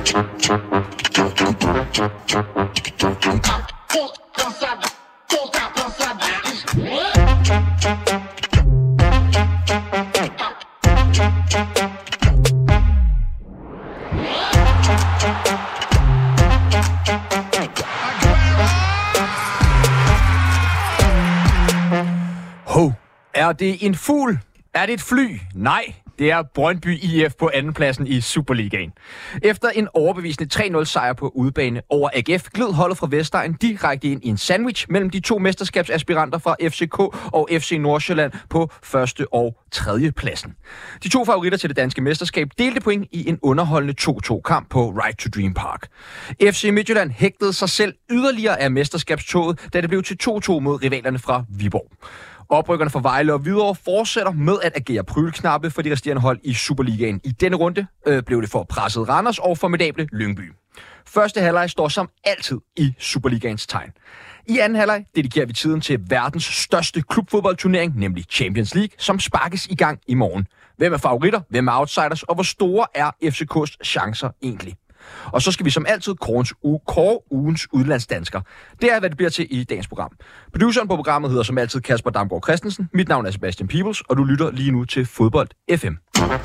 Er det en fugl? Er det et fly? Nej, det er Brøndby IF på andenpladsen i Superligaen. Efter en overbevisende 3-0 sejr på udebane over AGF, gled holdet fra Vestegn direkte ind i en sandwich mellem de to mesterskabsaspiranter fra FCK og FC Nordsjælland på første og tredje pladsen. De to favoritter til det danske mesterskab delte point i en underholdende 2-2-kamp på Right to Dream Park. FC Midtjylland hægtede sig selv yderligere af mesterskabstoget, da det blev til 2-2 mod rivalerne fra Viborg. Oprykkerne fra Vejle og Hvidovre fortsætter med at agere prylknappe for de resterende hold i Superligaen. I denne runde blev det for presset Randers og formidable Lyngby. Første halvleg står som altid i Superligaens tegn. I anden halvleg dedikerer vi tiden til verdens største klubfodboldturnering, nemlig Champions League, som sparkes i gang i morgen. Hvem er favoritter, hvem er outsiders, og hvor store er FCK's chancer egentlig? Og så skal vi som altid kåre ugens udlandsdansker. Det er, hvad det bliver til i dagens program. Produceren på programmet hedder som altid Kasper Damgaard Christensen. Mit navn er Sebastian Peebles, og du lytter lige nu til Fodbold FM.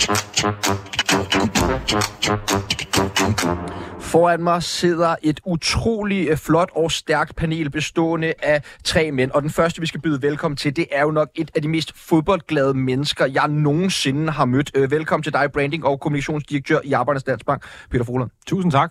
Foran mig sidder et utroligt flot og stærkt panel bestående af 3 mænd. Og den første, vi skal byde velkommen til, det er jo nok et af de mest fodboldglade mennesker, jeg nogensinde har mødt. Velkommen til dig, branding- og kommunikationsdirektør i Arbejdernes Landsbank, Peter Frohland. Tusind tak.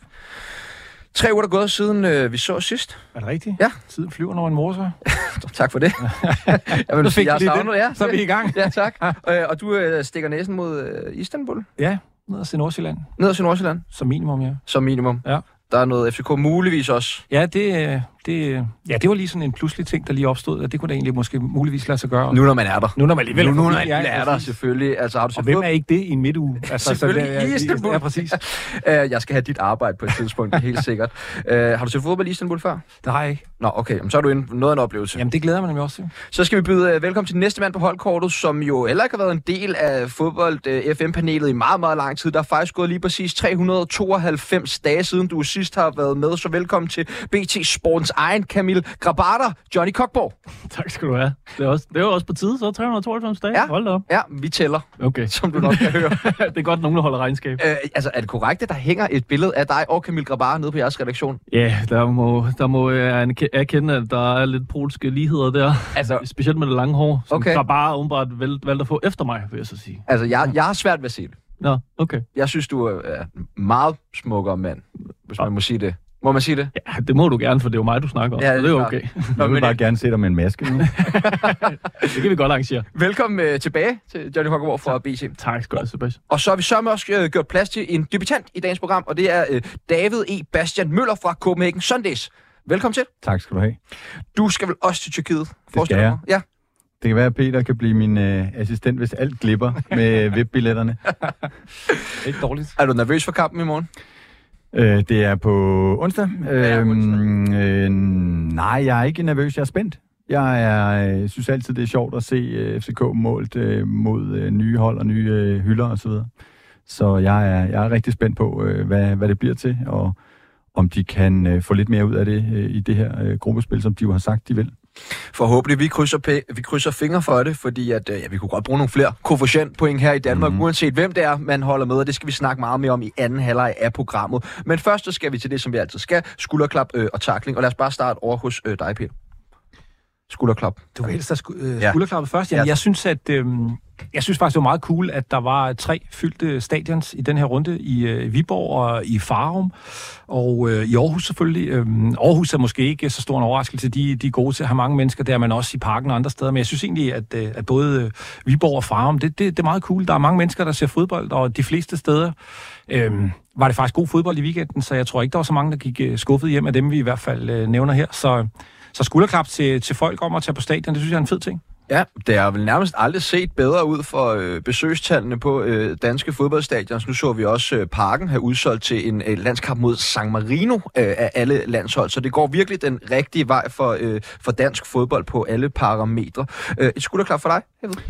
3 uger er gået siden vi så sidst. Er det rigtigt? Ja. Tiden flyver når en morser. Tak for det. Jeg vil sige, jeg savner det. Ja, så er vi i gang. Ja, tak. Og du stikker næsen mod Istanbul? Ja, ned til Nordsjælland. Ned til Nordsjælland? Som minimum, ja. Som minimum? Ja. Der er noget FCK muligvis også? Ja, det var lige sådan en pludselig ting, der lige opstod, og det kunne da egentlig måske muligvis lade sig gøre. Nu når man er der. Nu når man alligevel er der, selvfølgelig. Altså, har du og hvem er ikke det i en midtuge? Altså, selvfølgelig i Istanbul. Ja, præcis. Jeg skal have dit arbejde på et tidspunkt, helt sikkert. Har du set fodbold i Istanbul før? Det har jeg ikke. Nå, okay. Så er du noget af en oplevelse. Jamen, det glæder man nemlig også til. Så skal vi byde velkommen til den næste mand på holdkortet, som jo heller ikke har været en del af fodbold FM-panelet i meget, meget lang tid. Der er faktisk gået lige præcis 392 dage siden, du sidst har været med. Så velkommen til BT Sportens egen Kamil Grabara, Johnny Kokborg. Tak skal du have. Det er jo også på tide, så 392 dage. Ja. Hold da op. Ja, vi tæller, okay. Som du nok kan høre. Det er godt, nogen der holder regnskab. Altså, er det korrekt, at der hænger et billede af dig og Kamil Grabara nede på jeres redaktion? Ja, der må jeg erkende, at der er lidt polske ligheder der. Altså, specielt med det lange hår, som Grabara åbenbart valgte at få efter mig, vil jeg så sige. Altså, jeg har svært ved at se det. Nå, okay. Jeg synes, du er meget smukkere mand, hvis man må sige det. Må man sige det? Ja, det må du gerne, for det er jo mig, du snakker om. Ja, det er okay. Jeg vil bare gerne se dig med en maske nu. Det kan vi godt arrangere. Velkommen tilbage til Johnny Kokborg fra BT. Tak skal du have, Sebastian. Og så har vi sørme også gjort plads til en debutant i dagens program, og det er David E. Bastian Møller fra Copenhagen Sundays. Velkommen til. Tak skal du have. Du skal vel også til Tyrkiet? Det skal jeg. Ja. Det kan være, at Peter kan blive min assistent, hvis alt glipper med VIP-billetterne. Ikke dårligt. Er du nervøs for kampen i morgen? Det er på onsdag. Nej, jeg er ikke nervøs. Jeg er spændt. Jeg synes altid, det er sjovt at se FCK målt mod nye hold og nye hylder osv. Så jeg er rigtig spændt på, hvad det bliver til, og om de kan få lidt mere ud af det i det her gruppespil, som de jo har sagt, de vil. Forhåbentlig, vi krydser fingre for det, fordi at, vi kunne godt bruge nogle flere koefficientpoint her i Danmark, uanset hvem det er, man holder med, og det skal vi snakke meget mere om i anden halvleg af programmet. Men først så skal vi til det, som vi altid skal, skulderklap og tackling, og lad os bare starte over hos dig, Peter. Skulderklap. Du vil helst have skulderklappet først? Jamen, jeg synes, faktisk, det var meget cool, at der var 3 fyldte stadions i den her runde i Viborg og i Farum, og i Aarhus selvfølgelig. Aarhus er måske ikke så stor en overraskelse. De er gode til at have mange mennesker der, men også i Parken og andre steder. Men jeg synes egentlig, at både Viborg og Farum, det er meget cool. Der er mange mennesker, der ser fodbold, og de fleste steder var det faktisk god fodbold i weekenden, så jeg tror ikke, der var så mange, der gik skuffet hjem af dem, vi i hvert fald nævner her. Så skulderklap til folk om at tage på stadion, det synes jeg er en fed ting. Ja, det har vel nærmest aldrig set bedre ud for besøgstallene på danske fodboldstadions. Nu så vi også Parken have udsolgt til en landskamp mod San Marino af alle landshold, så det går virkelig den rigtige vej for dansk fodbold på alle parametre. Et skulderklap for dig, David?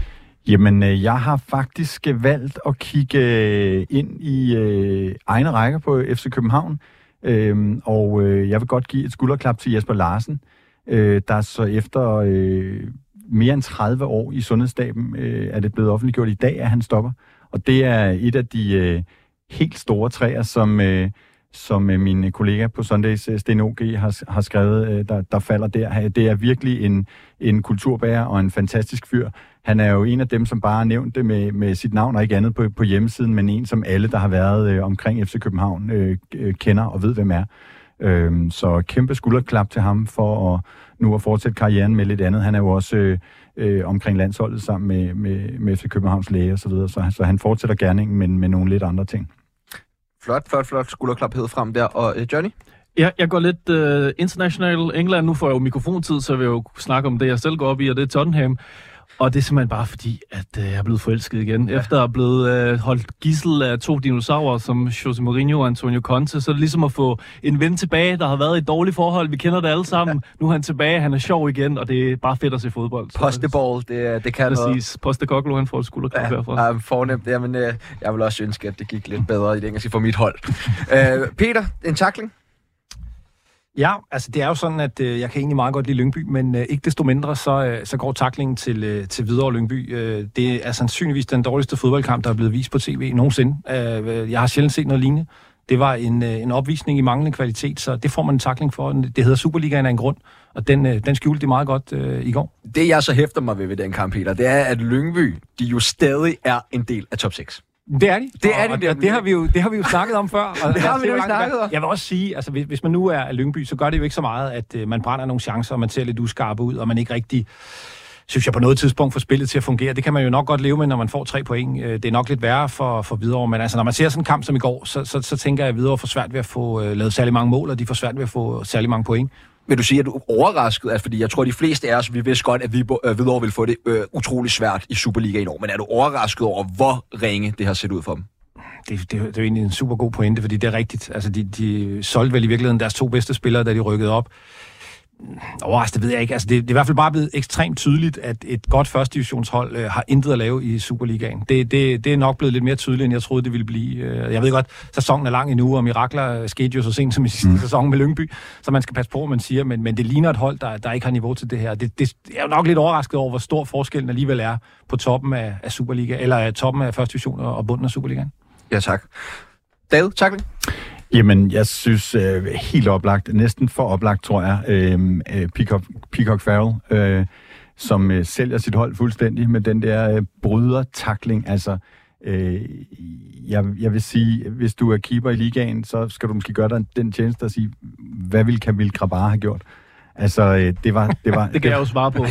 Jamen, jeg har faktisk valgt at kigge ind i egne rækker på FC København, og jeg vil godt give et skulderklap til Jesper Larsen, der så efter mere end 30 år i sundhedsstaben er det blevet offentliggjort i dag, at han stopper. Og det er et af de helt store træer, som min kollega på Sundays, Sten O.G. har skrevet, der falder der. Det er virkelig en kulturbærer og en fantastisk fyr. Han er jo en af dem, som bare har nævnt det med sit navn og ikke andet på hjemmesiden, men en, som alle, der har været omkring FC København, kender og ved, hvem er. Så kæmpe skulderklap til ham for nu at fortsætte karrieren med lidt andet. Han er jo også omkring landsholdet sammen med FC Københavns læge og så videre, så han fortsætter gerningen, men med nogle lidt andre ting. Flot skulderklap hed frem der. Og Johnny? Ja, jeg går lidt international England. Nu får jeg jo mikrofontid, så vil jeg jo snakke om det, jeg selv går op i, og det er Tottenham. Og det er simpelthen bare fordi, at jeg er blevet forelsket igen. Efter at have blevet holdt gidsel af 2 dinosaurer, som Jose Mourinho og Antonio Conte, så er det ligesom at få en ven tilbage, der har været i et dårligt forhold. Vi kender det alle sammen. Nu er han tilbage, han er sjov igen, og det er bare fedt at se fodbold. Posteball, det kan noget. Præcis. Postecoglou, han får et skulderklap herfra. Ja, fornemt. Jamen, jeg vil også ønske, at det gik lidt bedre i det engelske for mit hold. Peter, en tackling? Ja, altså det er jo sådan, at jeg kan egentlig meget godt lide Lyngby, men ikke desto mindre, så går tacklingen til Hvidovre Lyngby. Det er sandsynligvis den dårligste fodboldkamp, der er blevet vist på tv nogensinde. Jeg har sjældent set noget lignende. Det var en opvisning i manglende kvalitet, så det får man en tackling for. Det hedder Superligaen af en grund, og den skjulte de meget godt i går. Det jeg så hæfter mig ved den kamp, Peter, det er, at Lyngby, de jo stadig er en del af top 6. Det er de. Det har vi jo snakket om før. Og det har vi jo snakket om. Jeg vil også sige, altså hvis man nu er Lyngby, så gør det jo ikke så meget, at man brænder nogle chancer, og man ser lidt uskarp ud, og man ikke rigtig, synes jeg, på noget tidspunkt får spillet til at fungere. Det kan man jo nok godt leve med, når man får 3 point. Det er nok lidt værre for Hvidovre, men altså når man ser sådan en kamp som i går, så tænker jeg, at Hvidovre får svært ved at få lavet særlig mange mål, og de får svært ved at få særlig mange point. Vil du sige, at du er overrasket? Altså, fordi jeg tror, de fleste af os, vi vidste godt, at Hvidovre vil få det utrolig svært i Superligaen i år. Men er du overrasket over, hvor ringe det har set ud for dem? Det er jo egentlig en super god pointe, fordi det er rigtigt. Altså, de solgte vel i virkeligheden deres 2 bedste spillere, da de rykkede op. Det ved jeg ikke. Altså, det er i hvert fald bare blevet ekstremt tydeligt, at et godt første divisionshold har intet at lave i Superligaen. Det er nok blevet lidt mere tydeligt, end jeg troede, det ville blive. Jeg ved godt, sæsonen er lang endnu, og mirakler skete jo så sent som i sidste sæson med Lyngby, så man skal passe på, man siger, men det ligner et hold, der ikke har niveau til det her. Det er jo nok lidt overrasket over, hvor stor forskellen alligevel er på toppen af Superliga, eller toppen af første division og bunden af Superligaen. Ja, tak. David, tackling? Jamen, jeg synes helt oplagt, næsten for oplagt, tror jeg, Peacock Farrell, som sælger sit hold fuldstændig med den der bryder-tackling. Altså, jeg vil sige, hvis du er keeper i ligaen, så skal du måske gøre dig den tjeneste at sige, hvad ville Kamil Grabar have gjort? Altså, det var det kan jeg jo svare på.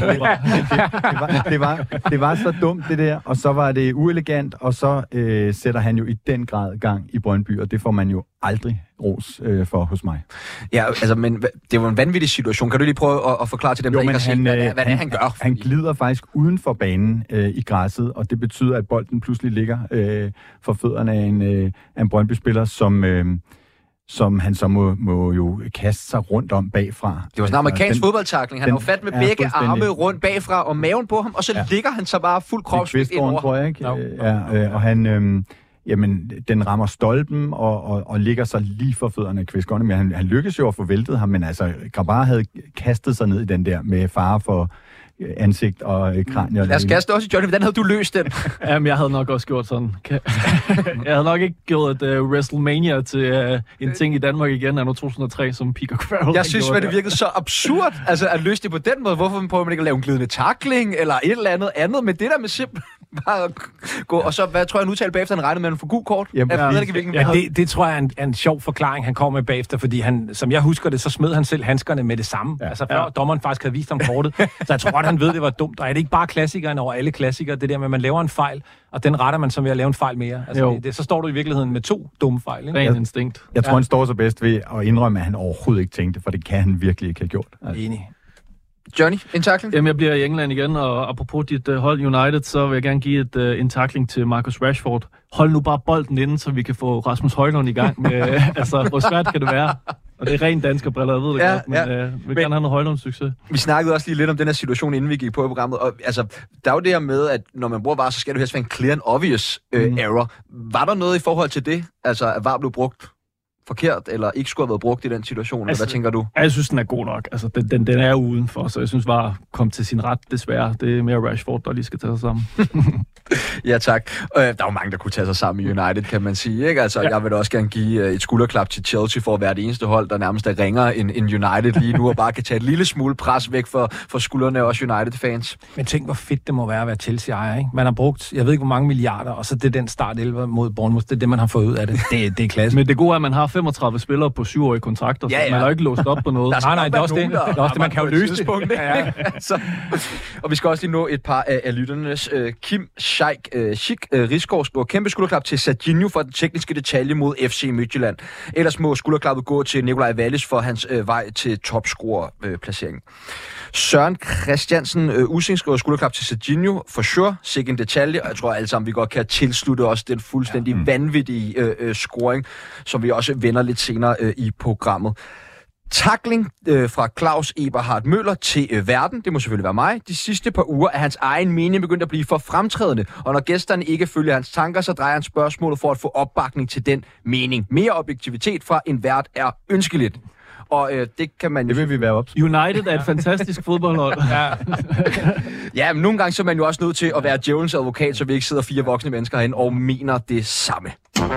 det var så dumt, det der, og så var det uelegant, og så sætter han jo i den grad gang i Brøndby, og det får man jo aldrig ros for hos mig. Ja, altså, men det var en vanvittig situation. Kan du lige prøve at forklare til dem, der ikke har set, hvad han gør? Han glider faktisk uden for banen i græsset, og det betyder, at bolden pludselig ligger for fødderne af en Brøndby-spiller, som han så må jo kaste sig rundt om bagfra. Det var sådan en amerikansk fodboldtackling. Han har fat med begge arme rundt bagfra og maven på ham, og så ligger han så bare fuld kropsvægt ind over. Tror jeg, ikke? Og han... Jamen, den rammer stolpen og ligger sig lige for fødderne af Kvistgaard. Men han lykkes jo at få væltet ham, men altså, Grabar havde kastet sig ned i den der med fare for ansigt og kranier. Lad os kaste også i Johnny. Hvordan havde du løst den? Jamen, jeg havde nok også gjort sådan. Jeg havde nok ikke gjort WrestleMania til en ting i Danmark igen anno 2003, som Peacock Farrell. Jeg synes, at det virkede så absurd altså, at løse det på den måde. Hvorfor prøver man ikke at lave en glidende tackling eller et eller andet? Men det der med simpelthen bare gå. Og så, hvad tror jeg, han udtalte bagefter, han regnede med, at han får gul kort? Det tror jeg er en sjov forklaring, han kom med bagefter, fordi han, som jeg husker det, så smed han selv handskerne med det samme. Ja. Altså før dommeren faktisk havde vist ham kortet. Så jeg tror godt, han ved, det var dumt. Og er det ikke bare klassikeren over alle klassikere, det der med, at man laver en fejl, og den retter man som ved at lave en fejl mere? Altså, så står du i virkeligheden med 2 dumme fejl. Ikke? Ren instinkt. Jeg tror, han står så bedst ved at indrømme, at han overhovedet ikke tænkte, for det kan han virkelig ikke have gjort. Altså. Enig. Johnny, en tackling? Jamen, jeg bliver i England igen, og apropos dit hold United, så vil jeg gerne give en tackling til Marcus Rashford. Hold nu bare bolden inde, så vi kan få Rasmus Højlund i gang med, altså, hvor svært kan det være? Og det er rent danske briller, jeg ved det godt, men vi kan have noget Højlunds-succes. Vi snakkede også lige lidt om den her situation, inden vi gik på i programmet. Og altså, der er jo det her med, at når man bruger VAR, så skal det helst være en clear and obvious error. Var der noget i forhold til det? Altså, at VAR blev brugt forkert, eller ikke skulle have været brugt i den situation? Altså, eller hvad tænker du? Jeg synes, den er god nok. Altså, den er udenfor, så jeg synes, VAR kom til sin ret, desværre. Det er mere Rashford, der lige skal tage sig sammen. Ja, tak. Der er jo mange, der kunne tage sig sammen i United, kan man sige. Ikke? Altså, jeg vil da også gerne give et skulderklap til Chelsea for at være det eneste hold, der nærmest er ringere end United lige nu, og bare kan tage et lille smule pres væk for skuldrene af os United-fans. Men tænk, hvor fedt det må være at være Chelsea-ejer, ikke? Man har brugt, jeg ved ikke, hvor mange milliarder, og så det er den start 11 mod Bournemouth. Det er det, man har fået ud af det. Det er klasse. Men det gode er, at man har 35 spillere på 7-årige kontrakter, så man er jo ikke låst op på noget. Nej, det er også det. Det er også det, man kan jo løse det. Ja. Så, og vi skal også lige nå et par af lytternes. Kim Scheik Rigsgaard skriver kæmpe skulderklap til Serginho for den tekniske detalje mod FC Midtjylland. Ellers må skulderklappet gå til Nikolaj Wallis for hans vej til topscorer-placeringen. Søren Christiansen Using skriver skulderklap til Serginho for sure. Sikke en detalje, og jeg tror alle sammen, vi godt kan tilslutte os den fuldstændig vanvittige scoring, som vi også vender lidt senere i programmet. Tackling fra Claus Eberhard Møller til verden, det må selvfølgelig være mig. De sidste par uger er hans egen mening begyndt at blive for fremtrædende, og når gæsterne ikke følger hans tanker, så drejer han spørgsmålet for at få opbakning til den mening. Mere objektivitet fra en vært er ønskeligt. Og det kan man... Det vil vi være op. United er et fantastisk fodboldhold. Ja, men nogle gange så er man jo også nødt til at være djævelens advokat, så vi ikke sidder 4 voksne mennesker herinde og mener det samme.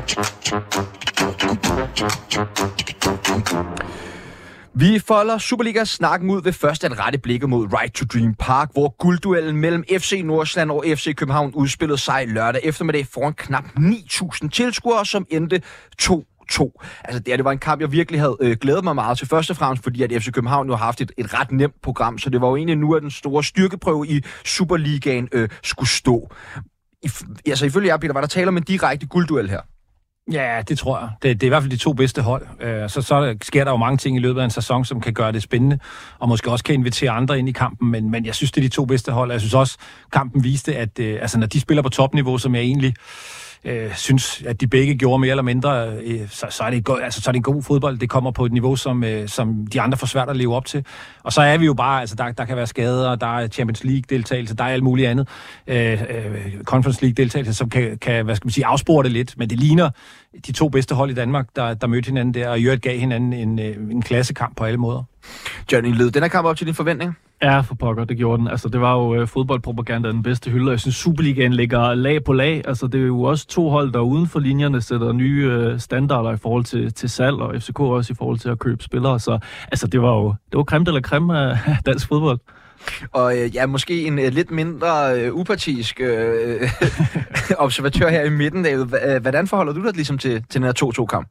Vi folder Superligas snakken ud ved først at rette blikket mod Right to Dream Park, hvor guldduellen mellem FC Nordsjælland og FC København udspillede sig lørdag eftermiddag foran knap 9.000 tilskuere, som endte 2-2. Altså det var en kamp, jeg virkelig havde glædet mig meget til, først og fremmest fordi at FC København jo har haft et ret nemt program, så det var jo egentlig nu, at den store styrkeprøve i Superligaen skulle stå. Altså ifølge jer, Peter, var der tale om en direkte guldduel her? Ja, det tror jeg. Det er i hvert fald de 2 bedste hold. Så sker der jo mange ting i løbet af en sæson, som kan gøre det spændende, og måske også kan invitere andre ind i kampen, men jeg synes, det er de 2 bedste hold. Jeg synes også, kampen viste, at når de spiller på topniveau, som jeg egentlig synes, at de begge gjorde mere eller mindre, så er det en god fodbold. Det kommer på et niveau, som de andre får svært at leve op til. Og så er vi jo bare, der kan være skader, der er Champions League-deltagelse, der er alt muligt andet. Conference League-deltagelse, som kan hvad skal man sige, afspore det lidt. Men det ligner de 2 bedste hold i Danmark, der mødte hinanden der, og i øvrigt gav hinanden en klassekamp på alle måder. Johnny, led den her kamp op til din forventning? Ja, for pokker, det gjorde den. Altså, det var jo fodboldpropaganda den bedste hylde, og jeg synes, Superligaen ligger lag på lag. Altså, det er jo også 2 hold, der uden for linjerne sætter nye standarder i forhold til salg, og FCK også i forhold til at købe spillere. Så altså, det var creme de la creme af dansk fodbold. Og måske en lidt mindre upartisk observatør her i midten, David. Hvordan forholder du dig ligesom til den her 2-2-kamp?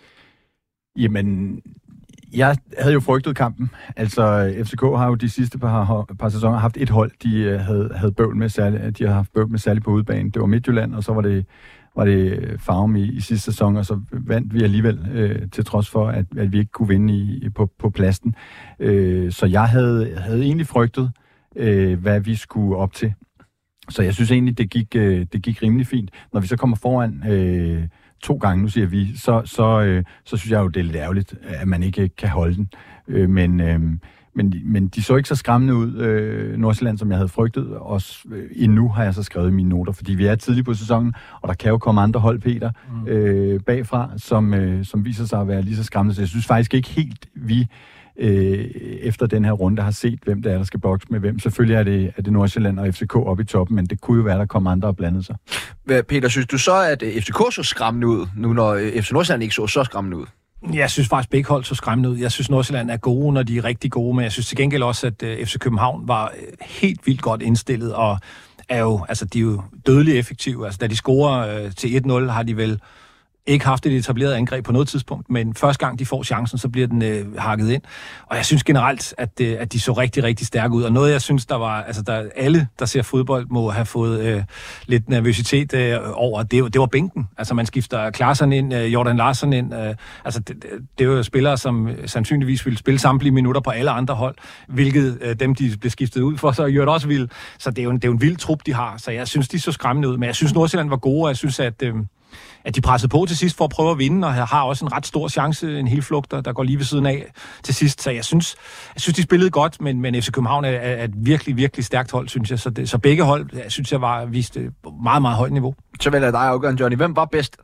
Jamen, jeg havde jo frygtet kampen. Altså, FCK har jo de sidste par sæsoner haft et hold, de havde bøvl med særligt. De har haft bøvl med særligt på udebane. Det var Midtjylland, og så var det Farum i sidste sæson, og så vandt vi alligevel, til trods for, at vi ikke kunne vinde på pladsen. Så jeg havde egentlig frygtet, hvad vi skulle op til. Så jeg synes egentlig, det gik rimelig fint. Når vi så kommer foran 2 gange, nu siger vi, så synes jeg jo, det er lidt ærgerligt, at man ikke kan holde den. Men de så ikke så skræmmende ud, Nordsjælland, som jeg havde frygtet. Også endnu har jeg så skrevet i mine noter, fordi vi er tidligt på sæsonen, og der kan jo komme andre hold, Peter, bagfra, som viser sig at være lige så skræmmende. Så jeg synes faktisk ikke helt, vi efter den her runde har set, hvem det er, der skal bokse med hvem. Selvfølgelig er det Nordsjælland og FCK oppe i toppen, men det kunne jo være, der kommer andre og blandede sig. Peter, synes du så, at FCK så skræmmende ud, nu når FC Nordsjælland ikke så skræmmende ud? Jeg synes faktisk, begge hold så skræmmende ud. Jeg synes, Nordsjælland er gode, når de er rigtig gode, men jeg synes til gengæld også, at FC København var helt vildt godt indstillet, og de er jo dødeligt effektive. Altså, da de scorer til 1-0, har de vel ikke haft et etableret angreb på noget tidspunkt, men første gang de får chancen, så bliver den hakket ind. Og jeg synes generelt, at de så rigtig, rigtig stærke ud. Og noget, jeg synes, alle, der ser fodbold, må have fået lidt nervøsitet over, det var bænken. Altså, man skifter Klaasen ind, Jordan Larsson ind. Det er jo spillere, som sandsynligvis ville spille samtlige minutter på alle andre hold, hvilket dem, de blev skiftet ud for, så gjorde det også vildt. Så det er jo en vild trup, de har. Så jeg synes, de så skræmmende ud. Men jeg synes, Nordsjælland var gode, og jeg synes, at de pressede på til sidst for at prøve at vinde, og har også en ret stor chance, en helflugter, der går lige ved siden af til sidst. Så jeg synes de spillede godt, men FC København er et virkelig, virkelig stærkt hold, synes jeg. Så begge hold, synes jeg, viste meget, meget højt niveau. Så vil jeg dig afgøre, Johnny. Hvem var bedst?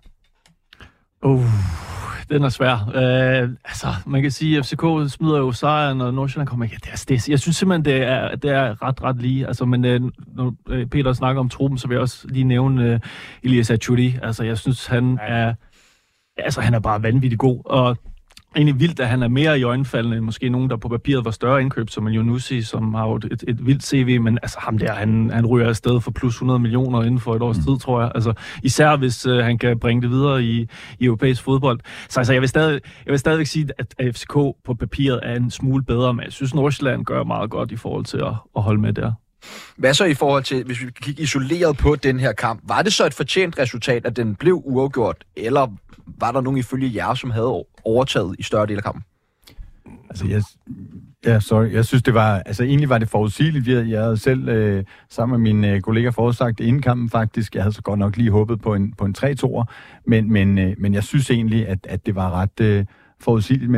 Den er svær. Man kan sige, at FCK smider jo sejren, og Nordsjælland kommer ikke. Jeg synes simpelthen, det er ret lige. Altså, men når Peter snakker om truppen, så vil jeg også lige nævne Elias Achuri. Altså, jeg synes, han er bare vanvittigt god, og egentlig vildt, at han er mere i øjenfaldende end måske nogen, der på papiret var større indkøb, som Yunusi, som har jo et vildt CV, men altså ham der, han ryger afsted for plus 100 millioner inden for et års tid, tror jeg. Altså, især hvis han kan bringe det videre i europæisk fodbold. Så altså, jeg vil stadigvæk sige, at FCK på papiret er en smule bedre, men jeg synes, Nordsjælland gør meget godt i forhold til at holde med der. Hvad så i forhold til, hvis vi kigger isoleret på den her kamp, var det så et fortjent resultat, at den blev uafgjort, eller var der nogen ifølge jer, som havde overtaget i større del af kampen? Altså, jeg synes, det var, altså egentlig var det forudsigeligt. Jeg havde selv sammen med mine kolleger forudsagt inden kampen faktisk. Jeg havde så godt nok lige håbet på en 3-2'er, men jeg synes egentlig, at det var ret forudsigeligt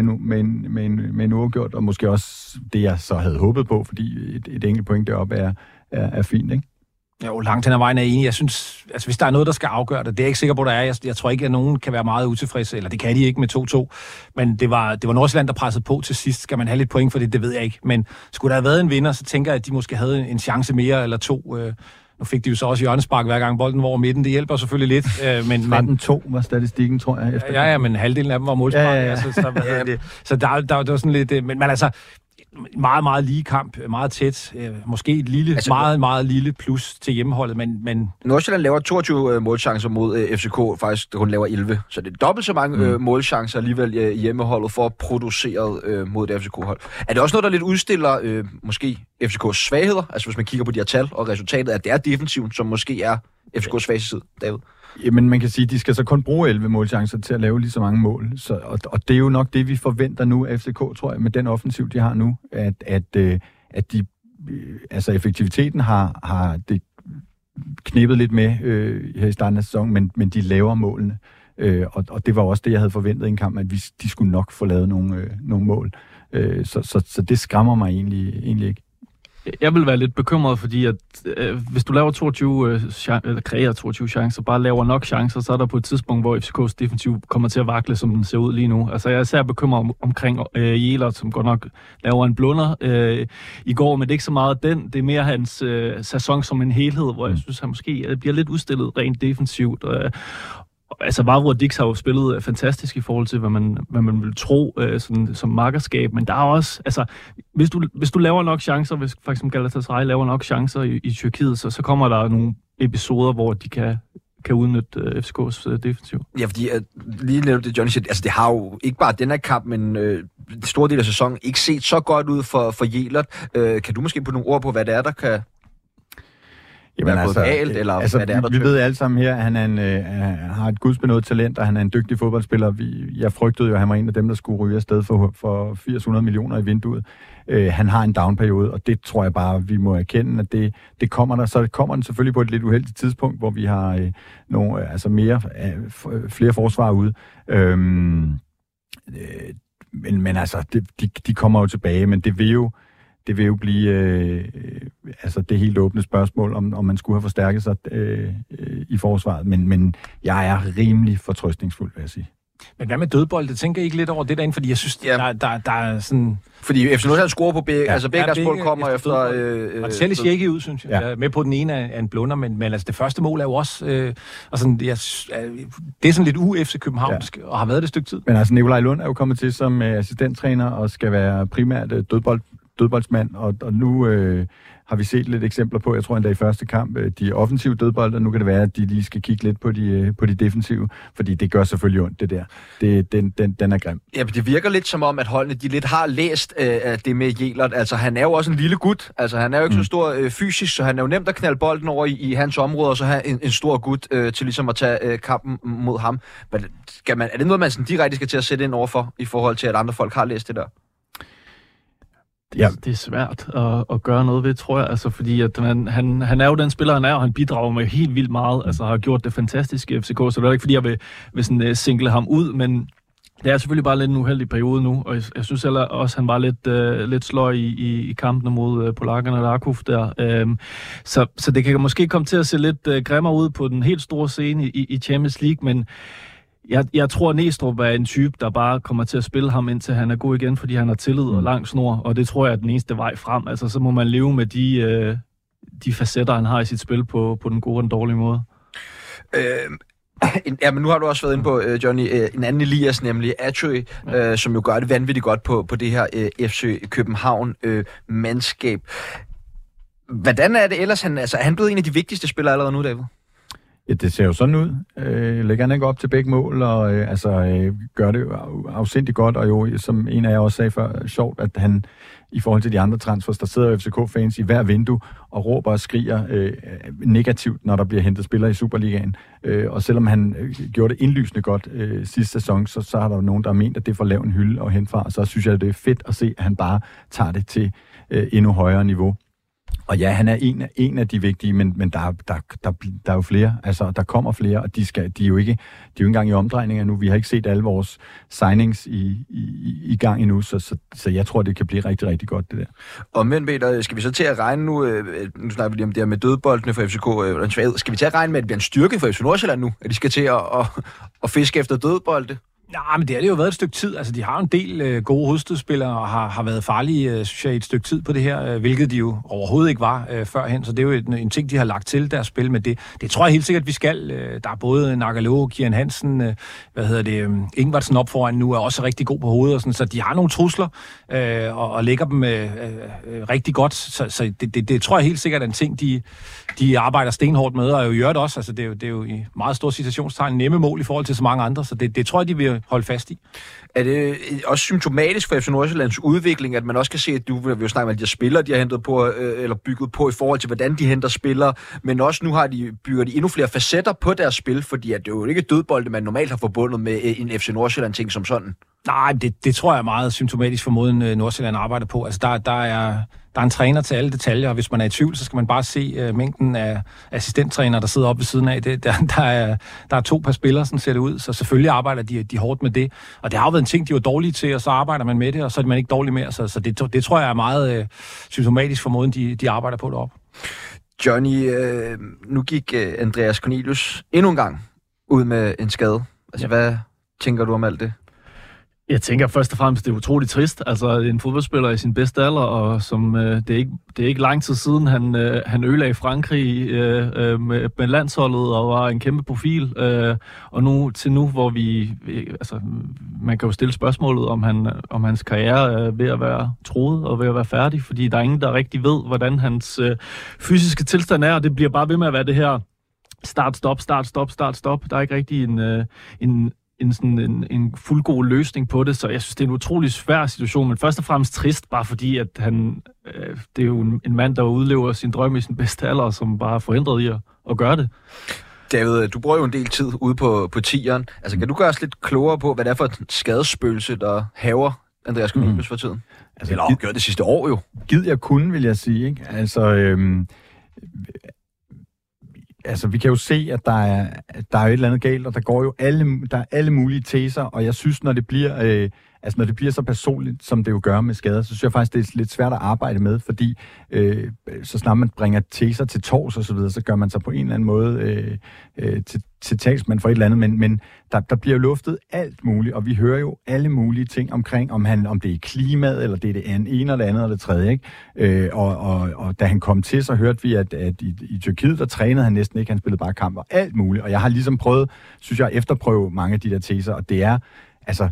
med en uafgjort, og måske også det, jeg så havde håbet på, fordi et enkelt point deroppe er fint, ikke? Jo, langt hen ad vejen er enig. Jeg synes, altså hvis der er noget, der skal afgøre det, det er jeg ikke sikker på, der er. Jeg tror ikke, at nogen kan være meget utilfredse, eller det kan de ikke med 2-2. Men det var Nordsjælland, der pressede på til sidst. Skal man have lidt point for det? Det ved jeg ikke. Men skulle der have været en vinder, så tænker jeg, at de måske havde en chance mere eller to. Nu fik de jo så også hjørnespark hver gang bolden var over midten. Det hjælper selvfølgelig lidt. Men 13-2 var statistikken, tror jeg. Ja, men halvdelen af dem var målspark. Ja. Altså, så der var sådan lidt... Men altså... Meget, meget lige kamp, meget tæt, måske et lille, altså, meget, meget lille plus til hjemmeholdet, men... Nordsjælland laver 22 målchancer mod FCK, faktisk kun laver 11, så det er dobbelt så mange målchancer alligevel hjemmeholdet for produceret mod det FCK-hold. Er det også noget, der lidt udstiller måske FCK's svagheder, altså hvis man kigger på de her tal og resultatet, at det er defensiven, som måske er FCK's svageste side, David? Jamen, man kan sige, at de skal så kun bruge 11 målchancer til at lave lige så mange mål. Og det er jo nok det, vi forventer nu af FCK, tror jeg, med den offensiv, de har nu. At de, altså effektiviteten har det knippet lidt med her i starten af sæsonen, men de laver målene. Og det var også det, jeg havde forventet i en kamp, at de skulle nok få lavet nogle mål. Så det skræmmer mig egentlig ikke. Jeg vil være lidt bekymret, fordi at hvis du laver kreerer 22 chancer, bare laver nok chancer, så er der på et tidspunkt, hvor FCK's defensiv kommer til at vakle, som den ser ud lige nu. Altså jeg er især bekymret omkring Jelert, som godt nok laver en blunder i går, men det er ikke så meget den. Det er mere hans sæson som en helhed, hvor jeg synes, han måske bliver lidt udstillet rent defensivt. Altså Vavro og Dix har jo spillet fantastisk i forhold til, hvad man vil tro sådan, som makkerskab, men der er også, altså, hvis du laver nok chancer, hvis for eksempel Galatasaray laver nok chancer i Tyrkiet, så kommer der nogle episoder, hvor de kan udnytte FCK's defensiv. Ja, fordi lige netop det, Johnny siger, altså det har jo ikke bare den her kamp, men store del af sæsonen ikke set så godt ud for Jelert. Kan du måske på nogle ord på, hvad det er, der kan... Jamen galt, eller hvad det er, vi ved alle sammen her, at han har et gudsbenået talent, og han er en dygtig fodboldspiller. Jeg frygtede jo, at han var en af dem, der skulle ryge afsted for 800 millioner i vinduet. Han har en downperiode, og det tror jeg bare, vi må erkende, at det kommer der. Så kommer den selvfølgelig på et lidt uheldigt tidspunkt, hvor vi har flere forsvar ude. Men altså, de kommer jo tilbage, men det vil jo blive det helt åbne spørgsmål, om man skulle have forstærket sig i forsvaret. Men jeg er rimelig fortrøstningsfuld, vil jeg sige. Men hvad med dødbold? Det tænker jeg ikke lidt over det derinde, fordi jeg synes, der er sådan... Fordi FC Nordsjælland scorer på begge, altså begge deres mål kommer efter... og det ser lidt shaky ud, synes jeg. Jeg er med på den ene af en blunder, men altså det første mål er jo også... det er sådan lidt u-FC Københavnsk, og har været det et stykke tid. Men altså, Nikolaj Lund er jo kommet til som assistenttræner, og skal være primært dødboldsmand, og nu har vi set lidt eksempler på, jeg tror endda i første kamp, de offensive dødbolde, og nu kan det være, at de lige skal kigge lidt på de defensive, fordi det gør selvfølgelig ondt, det der. Den er grim. Ja, men det virker lidt som om, at holdene, de lidt har læst det med Jelert. Altså, han er jo også en lille gut. Altså, han er jo ikke så stor fysisk, så han er jo nemt at knalde bolden over i hans område, og så have en stor gut til ligesom at tage kampen mod ham. Men er det noget, man sådan direkte skal til at sætte ind overfor, i forhold til, at andre folk har læst det der? Det er svært at gøre noget ved, tror jeg, altså fordi at han er jo den spiller, han er, og han bidrager med helt vildt meget, altså har gjort det fantastisk i FCK, så det er ikke fordi, jeg vil sådan single ham ud, men det er selvfølgelig bare lidt en uheldig periode nu, og jeg synes heller også, han var lidt sløj i kampene mod polakkerne og Rakuf der. Så det kan måske komme til at se lidt grimmere ud på den helt store scene i Champions League, men jeg tror, Næstrup er en type, der bare kommer til at spille ham, indtil han er god igen, fordi han har tillid og lang snor, og det tror jeg er den eneste vej frem. Altså, så må man leve med de facetter, han har i sit spil på den gode og den dårlige måde. Ja, men nu har du også været inde på, Johnny, en anden Elias, nemlig Achoy, som jo gør det vanvittigt godt på det her FC København-mandskab. Hvordan er det ellers? Er han blevet en af de vigtigste spillere allerede nu, David? Ja, det ser jo sådan ud. Lægger han ikke op til begge mål, og gør det afsindigt godt, og jo, som en af jer også sagde før, sjovt, at han i forhold til de andre transfers, der sidder FCK-fans i hver vindue og råber og skriger negativt, når der bliver hentet spillere i Superligaen. Og selvom han gjorde det indlysende godt sidste sæson, så har der nogen, der har ment, at det er for lav en hylde at hente fra. Så synes jeg, at det er fedt at se, at han bare tager det til endnu højere niveau. Og ja, han er en af de vigtige, men der er jo flere. Altså, der kommer flere, og de er jo ikke engang i omdrejninger nu. Vi har ikke set alle vores signings i gang endnu, så jeg tror, det kan blive rigtig, rigtig godt, det der. Og men Peter, skal vi så til at regne nu snakker vi lige om det her med dødboldene for FCK, skal vi til at regne med, at det bliver en styrke for FC Nordsjælland nu, at de skal til at fiske efter dødbolde? Nej, men det har det jo været et stykke tid. Altså, de har en del gode hovedstødspillere og har været farlige, synes jeg, et stykke tid på det her, hvilket de jo overhovedet ikke var førhen. Så det er jo en ting, de har lagt til deres spil med det. Det tror jeg helt sikkert, vi skal. Der er både Nagalo, Kian Hansen, Ingvartsen op foran nu, er også rigtig god på hovedet. Og sådan, så de har nogle trusler og lægger dem rigtig godt. Så det tror jeg helt sikkert er en ting, de arbejder stenhårdt med, og jo gør det også. Altså, det er jo i meget store situationstegn nemme mål i forhold til så mange andre. Så det tror jeg, de vil holde fast i. Er det også symptomatisk for FC Nordsjællands udvikling, at man også kan se, at du vil jo snakke med de her spillere, de har hentet på, eller bygget på i forhold til, hvordan de henter spillere, men også nu bygger de endnu flere facetter på deres spil, fordi at det jo ikke dødbolde, man normalt har forbundet med en FC Nordsjælland-ting som sådan. Nej, det tror jeg er meget symptomatisk for måden Nordsjælland arbejder på. Altså, der er en træner til alle detaljer, og hvis man er i tvivl, så skal man bare se mængden af assistenttrænere, der sidder oppe ved siden af det. Der er 2 par spillere, sådan ser det ud, så selvfølgelig arbejder de hårdt med det. Og det har jo været en ting, de var dårlige til, og så arbejder man med det, og så er man ikke dårlig mere. Så det tror jeg er meget symptomatisk for måden, de arbejder på deroppe. Johnny, nu gik Andreas Cornelius endnu en gang ud med en skade. Altså, hvad tænker du om alt det? Jeg tænker først og fremmest, det er utroligt trist. Altså en fodboldspiller i sin bedste alder, og som det er ikke lang tid siden, han ødelagde Frankrig med landsholdet og var en kæmpe profil. Og nu, hvor man kan jo stille spørgsmålet, om hans karriere er ved at være truet og ved at være færdig, fordi der er ingen, der rigtig ved, hvordan hans fysiske tilstand er, og det bliver bare ved med at være det her start-stop. Der er ikke rigtig en fuldgod løsning på det, så jeg synes, det er en utrolig svær situation, men først og fremmest trist, bare fordi, at det er jo en mand, der udlever sin drøm i sin bedste alder, som bare er forhindret i at gøre det. David, du bruger jo en del tid ude på 10'eren. Altså, kan du gøre os lidt klogere på, hvad det er for et skadespøgelse, der haver Andreas Cornelius for tiden? Altså, eller gjorde det sidste år jo. Gid jeg kunne, vil jeg sige, ikke? Altså, vi kan jo se, at der er et eller andet galt, og der er alle mulige teser, og jeg synes, når det bliver så personligt, som det jo gør med skader, så synes jeg faktisk, det er lidt svært at arbejde med, fordi så snart man bringer teser til tors og så videre, så gør man sig på en eller anden måde til talsmand for et eller andet, men der bliver jo luftet alt muligt, og vi hører jo alle mulige ting omkring, om det er klimaet, eller det er det ene eller andet, eller det tredje, ikke? Og da han kom til, så hørte vi, at i Tyrkiet, der trænede han næsten ikke, han spillede bare kamper, alt muligt, og jeg har ligesom prøvet, synes jeg, at efterprøve mange af de der teser, og det er, altså,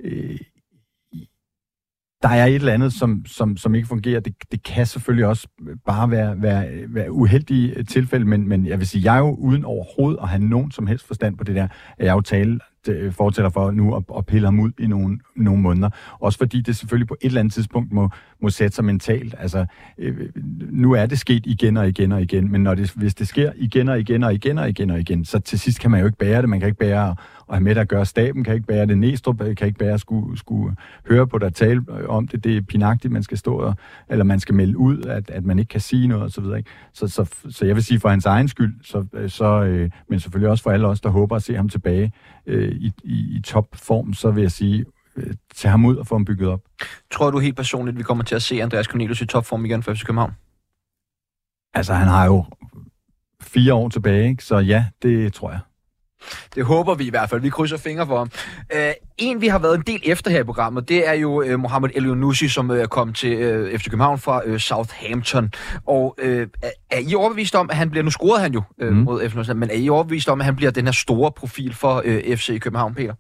der er et eller andet, som ikke fungerer. Det kan selvfølgelig også bare være uheldige tilfælde, men jeg vil sige, jeg er jo uden overhovedet at have nogen som helst forstand på det der, at jeg jo fortsætter for nu at pille ham ud i nogle måneder. Også fordi det selvfølgelig på et eller andet tidspunkt må sætte sig mentalt. Altså, nu er det sket igen og igen men hvis det sker igen og igen, så til sidst kan man jo ikke bære det. Man kan ikke bære have med at gøre. Staben kan ikke bære det, Næstrup kan ikke bære at skulle høre på dig tale om det. Det er pinagtigt, man skal stå eller man skal melde ud, at man ikke kan sige noget og så videre. Ikke? Så jeg vil sige for hans egen skyld, men selvfølgelig også for alle os, der håber at se ham tilbage i topform, så vil jeg sige, tage ham ud og få ham bygget op. Tror du helt personligt, vi kommer til at se Andreas Cornelius i topform igen for FC København? Altså, han har jo 4 år tilbage, ikke? Så ja, det tror jeg. Det håber vi i hvert fald. Vi krydser fingre for ham. En, vi har været en del efter her i programmet, det er jo Mohamed Elyounoussi, som er kommet til FC København fra Southampton. Og er I overbevist om, at han bliver... Nu scorede han jo mod FC Nordsjælland, men er I overbevist om, at han bliver den her store profil for FC København, Peter?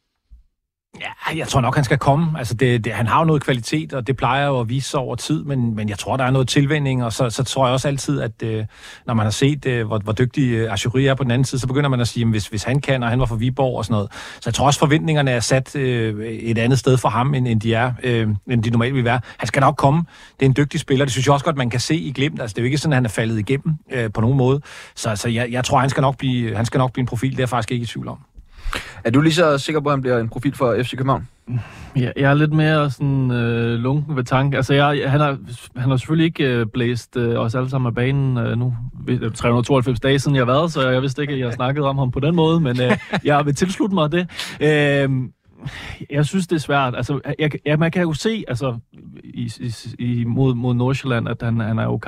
Ja, jeg tror nok, han skal komme. Altså, han har jo noget kvalitet, og det plejer jo at vise sig over tid, men jeg tror, der er noget tilvænning, og så tror jeg også altid, at når man har set, hvor dygtig Achouri er på den anden side, så begynder man at sige, at hvis han kan, og han var fra Viborg og sådan noget. Så jeg tror også, forventningerne er sat et andet sted for ham, end de normalt vil være. Han skal nok komme. Det er en dygtig spiller. Det synes jeg også godt, man kan se i Glimt. Altså, det er jo ikke sådan, at han er faldet igennem på nogen måde. Så jeg tror, han skal nok blive en profil. Det er jeg faktisk ikke i tvivl om. Er du lige så sikker på, at han bliver en profil for FC København? Ja, jeg er lidt mere sådan lunken ved tanke. Altså, han har selvfølgelig ikke blæst os alle sammen af banen nu. 392 dage siden jeg har været, så jeg vidste ikke, at jeg snakkede om ham på den måde, men jeg vil tilslutte mig det. Jeg synes, det er svært. Altså, man kan jo se, altså, mod Nordsjælland, at han er jo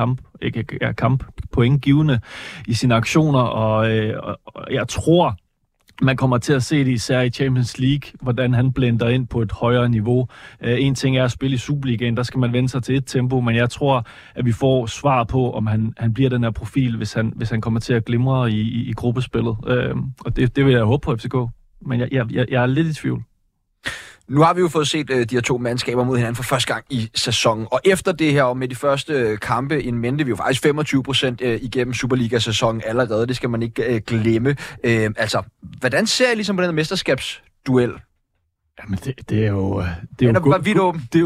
pointgivende i sine aktioner, og jeg tror, man kommer til at se det især i Champions League, hvordan han blender ind på et højere niveau. En ting er at spille i Superligaen, der skal man vende sig til et tempo, men jeg tror, at vi får svar på, om han bliver den her profil, hvis han kommer til at glimre i gruppespillet. Og det vil jeg håbe på FCK, men jeg er lidt i tvivl. Nu har vi jo fået set de her to mandskaber mod hinanden for første gang i sæsonen, og efter det her og med de første kampe indmente vi jo faktisk 25% igennem Superliga-sæsonen allerede. Det skal man ikke glemme. Altså, hvordan ser I ligesom på den her mesterskabsduel? Jamen, det er jo... Det er jo vidt åben. Det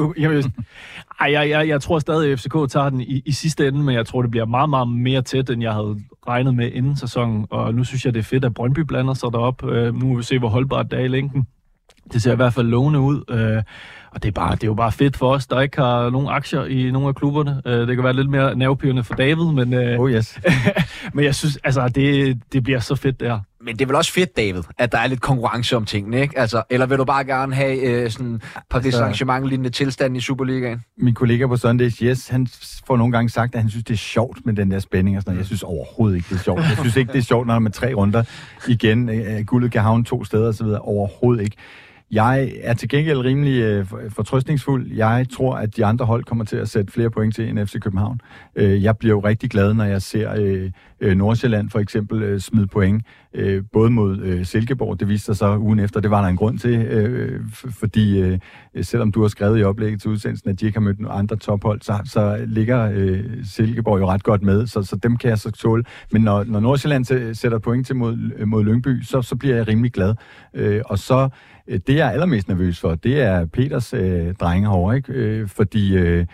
er jo... Jeg tror stadig, at FCK tager den i sidste ende, men jeg tror, det bliver meget, meget mere tæt, end jeg havde regnet med inden sæsonen. Og nu synes jeg, det er fedt, at Brøndby blander sig derop. Nu må vi se, hvor holdbart det er i længden. Det ser i hvert fald lovende ud, og det er jo bare fedt for os, der ikke har nogen aktier i nogle af klubberne. Det kan være lidt mere nervepirrende for David, men, yes. Men jeg synes, altså, det bliver så fedt der. Men det er vel også fedt, David, at der er lidt konkurrence om tingene, ikke? Altså, eller vil du bare gerne have sådan Paris Saint-Germain-lignende tilstand i Superligaen? Min kollega på Sundays, Yes, han får nogle gange sagt, at han synes, det er sjovt med den der spænding og sådan noget. Jeg synes overhovedet ikke, det er sjovt. Jeg synes ikke, det er sjovt, når der med 3 runder igen, guldet kan havne 2 steder og så videre. Overhovedet ikke. Jeg er til gengæld rimelig fortrøstningsfuld. Jeg tror, at de andre hold kommer til at sætte flere point til end FC København. Jeg bliver jo rigtig glad, når jeg ser Nordsjælland for eksempel smide point, både mod Silkeborg. Det viste sig så ugen efter, det var der en grund til, fordi selvom du har skrevet i oplægget til udsendelsen, at de ikke har mødt nogle andre tophold, så ligger Silkeborg jo ret godt med, så dem kan jeg så tåle. Men når Nordsjælland sætter point til mod Lyngby, så bliver jeg rimelig glad. Og så det, jeg er allermest nervøs for, det er Peters drenge herovre, ikke? Fordi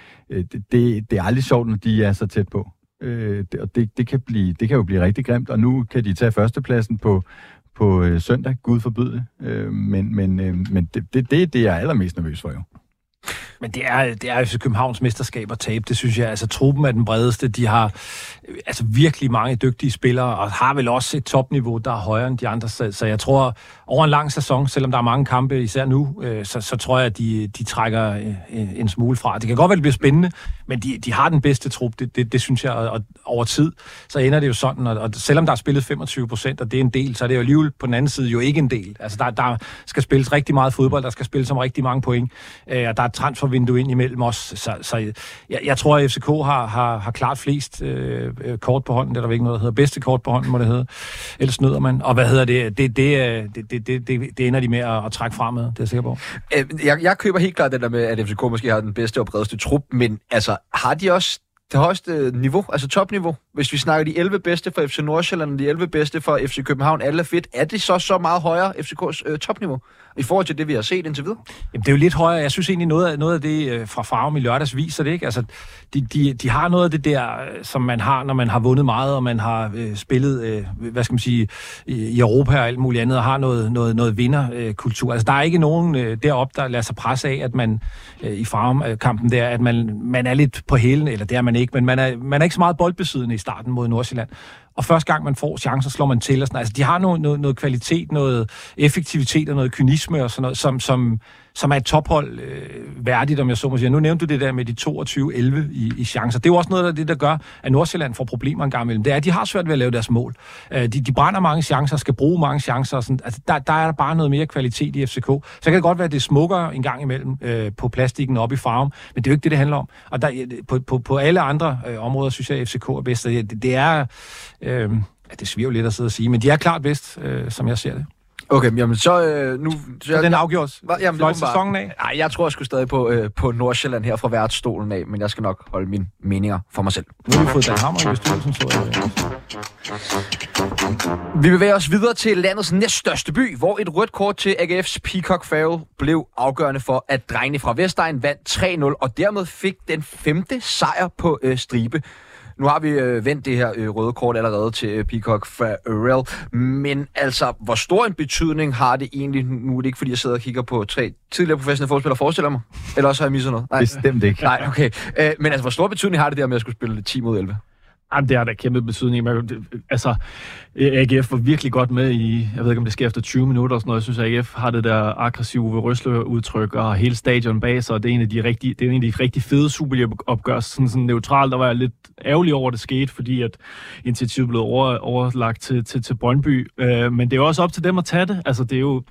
det er aldrig sjovt, når de er så tæt på. Og det kan jo blive rigtig grimt, og nu kan de tage førstepladsen på søndag, Gud forbyde det. Men det er det, jeg er allermest nervøs for, jo. Men det er FC Københavns mesterskab at tabe, det synes jeg. Altså, truppen er den bredeste. De har altså virkelig mange dygtige spillere, og har vel også et topniveau, der er højere end de andre. Så jeg tror, over en lang sæson, selvom der er mange kampe, især nu, så tror jeg, at de trækker en smule fra. Det kan godt være, det bliver spændende, men de har den bedste trup, det synes jeg, og over tid, så ender det jo sådan, og selvom der er spillet 25%, og det er en del, så er det jo alligevel på den anden side jo ikke en del. Altså, der skal spilles rigtig meget fodbold, der skal spilles om rigtig mange point, og der er et transfervindue ind imellem os, så jeg tror, at FCK har klart flest kort på hånden, det er der ikke noget, der hedder bedste kort på hånden, må det hedde, ellers snyder man, og hvad hedder det ender de med at trække fremad, det er jeg sikker på. Jeg køber helt klart det der med, at FCK måske har den bedste og bredeste trup, men altså, har de også det højeste niveau, altså topniveau? Hvis vi snakker de 11 bedste for FC Nordsjælland og de 11 bedste for FC København, alle er fedt, er det så meget højere FCK's topniveau? i forhold til det, vi har set indtil videre? Jamen, det er jo lidt højere. Jeg synes egentlig, noget af det fra Farum i lørdags viser det, ikke? Altså, de har noget af det der, som man har, når man har vundet meget, og man har spillet, hvad skal man sige, i Europa og alt muligt andet, og har noget vinderkultur. Altså, der er ikke nogen deroppe, der lader sig presse af, at man i Farum-kampen der, at man er lidt på hælen, eller det er man ikke, men man er ikke så meget boldbesiddende i starten mod Nordsjælland. Og første gang man får chancer, slår man til og sådan. Altså, de har noget kvalitet, noget effektivitet og noget kynisme og sådan noget, som er et tophold værdigt, om jeg så må sige. Nu nævnte du det der med de 22-11 i chancer. Det er jo også noget af det, der gør, at Nordsjælland får problemer en gang imellem. Det er, at de har svært ved at lave deres mål. De brænder mange chancer, skal bruge mange chancer. Og sådan. Altså, der er der bare noget mere kvalitet i FCK. Så kan det godt være, at det smukker en gang imellem på plastikken op i Farum, men det er jo ikke det handler om. Og der, på alle andre områder, synes jeg, at FCK er bedst. Det er... det sviger jo lidt at sidde og sige, men de er klart bedst, som jeg ser det. Okay, jamen så nu... Så den afgjort. Jamen, fløjt sæsonen af? Nej, jeg tror, jeg skulle stadig på Nordsjælland her fra værtsstolen af, men jeg skal nok holde mine meninger for mig selv. Nu har vi fået Dan Hammer i bestyrelsen, så... Vi bevæger os videre til landets næststørste by, hvor et rødt kort til AGF's Peacock Farrell blev afgørende for, at drengene fra Vestegn vandt 3-0, og dermed fik den 5. sejr på stribe. Nu har vi vendt det her røde kort allerede til Peacock Farrell, men altså, hvor stor en betydning har det egentlig? Nu er det ikke, fordi jeg sidder og kigger på 3 tidligere professionelle fodboldspillere, forestiller mig? Eller også har jeg misset noget? Nej. Bestemt ikke. Nej, okay. Men altså, hvor stor betydning har det der med at skulle spille 10 mod 11? Jamen, det har da kæmpe betydning. Altså, AGF var virkelig godt med i, jeg ved ikke, om det sker efter 20 minutter og sådan noget. Jeg synes, at AGF har det der aggressive Uwe Røsler-udtryk og hele stadion bag sig, og det er en af de rigtig fede Superliga-opgør. Sådan neutralt, der var jeg lidt ærgerlig over, at det skete, fordi at initiativet blev overlagt til Brøndby. Men det er jo også op til dem at tage det. Altså,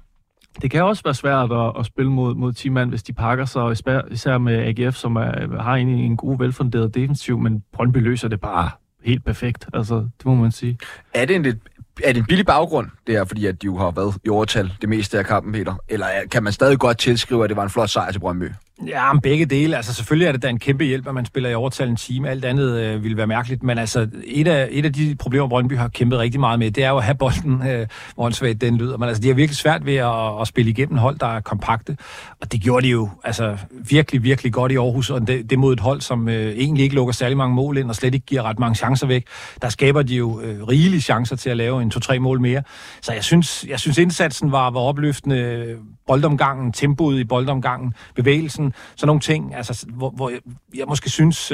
det kan også være svært at spille mod 10 mand, hvis de pakker sig, især med AGF, som har en god, velfunderet defensiv, men Brøndby løser det bare helt perfekt, altså det må man sige. Er det en billig baggrund, det er, fordi at de jo har været i overtal det meste af kampen, Peter? Eller kan man stadig godt tilskrive, at det var en flot sejr til Brøndby? Ja, begge dele. Altså selvfølgelig er det da en kæmpe hjælp, at man spiller i overtal en time. Alt andet ville være mærkeligt, men altså et af de problemer, Brøndby har kæmpet rigtig meget med, det er jo at have bolden, hvor en svagt den lyder. Men altså, de har virkelig svært ved at spille igennem hold, der er kompakte. Og det gjorde de jo altså virkelig, virkelig godt i Aarhus, og det mod et hold, som egentlig ikke lukker særlig mange mål ind, og slet ikke giver ret mange chancer væk. Der skaber de jo rigelige chancer til at lave en 2-3 mål mere. Så jeg synes indsatsen var opløftende. Boldomgangen, tempoet i boldomgangen, bevægelsen, sådan nogle ting, altså, hvor jeg måske synes,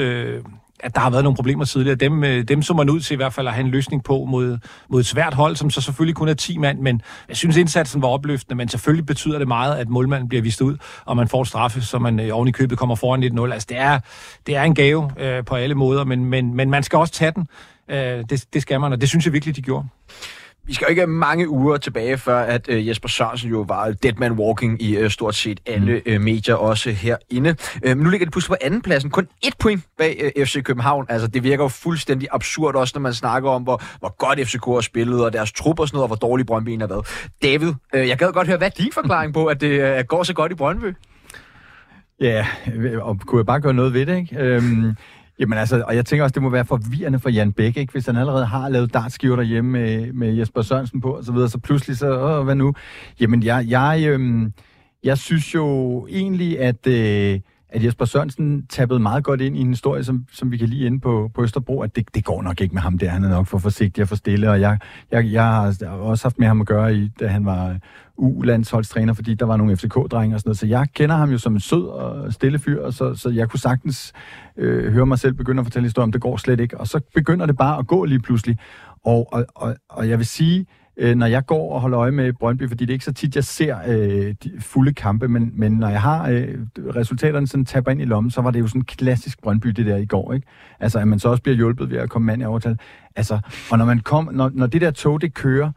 at der har været nogle problemer tidligere. Dem så man ud til i hvert fald at have en løsning på mod et svært hold, som så selvfølgelig kun er 10 mand, men jeg synes, indsatsen var opløftende, men selvfølgelig betyder det meget, at målmanden bliver vist ud, og man får straffe, så man oven i købet kommer foran 1-0. Altså, det er en gave på alle måder, men man skal også tage den. Det skal man, og det synes jeg virkelig, de gjorde. Vi skal jo ikke have mange uger tilbage, før at Jesper Sørensen jo var dead man walking i stort set alle medier, også herinde. Nu ligger det pludselig på andenpladsen. Kun 1 point bag FC København. Altså, det virker jo fuldstændig absurd også, når man snakker om, hvor godt FCK har spillet, og deres trup og sådan noget, og hvor dårlig Brøndby har været. David, jeg gad godt høre, hvad er din forklaring på, at det går så godt i Brøndby? Ja, og kunne jeg bare gøre noget ved det, ikke? Jamen altså, og jeg tænker også, det må være forvirrende for Jan Bæk, ikke? Hvis han allerede har lavet dartskiver derhjemme med Jesper Sørensen på, og så videre, så pludselig så, hvad nu? Jamen, jeg synes jo egentlig, at Jesper Sørensen tappede meget godt ind i en historie, som vi kan lige inde på Østerbro, at det går nok ikke med ham der. Han er nok for forsigtig og for stille, og jeg har også haft med ham at gøre, da han var U-landsholdstræner, fordi der var nogle FCK-drenge og sådan noget. Så jeg kender ham jo som en sød og stille fyr, og så jeg kunne sagtens høre mig selv begynde at fortælle historien om, det går slet ikke. Og så begynder det bare at gå lige pludselig. Og jeg vil sige, når jeg går og holder øje med Brøndby, fordi det er ikke så tit, jeg ser de fulde kampe, men når jeg har resultaterne sådan tapper ind i lommen, så var det jo sådan klassisk Brøndby, det der i går, ikke? Altså, at man så også bliver hjulpet ved at komme mand i overtal. Altså, og når det der tog, det kører,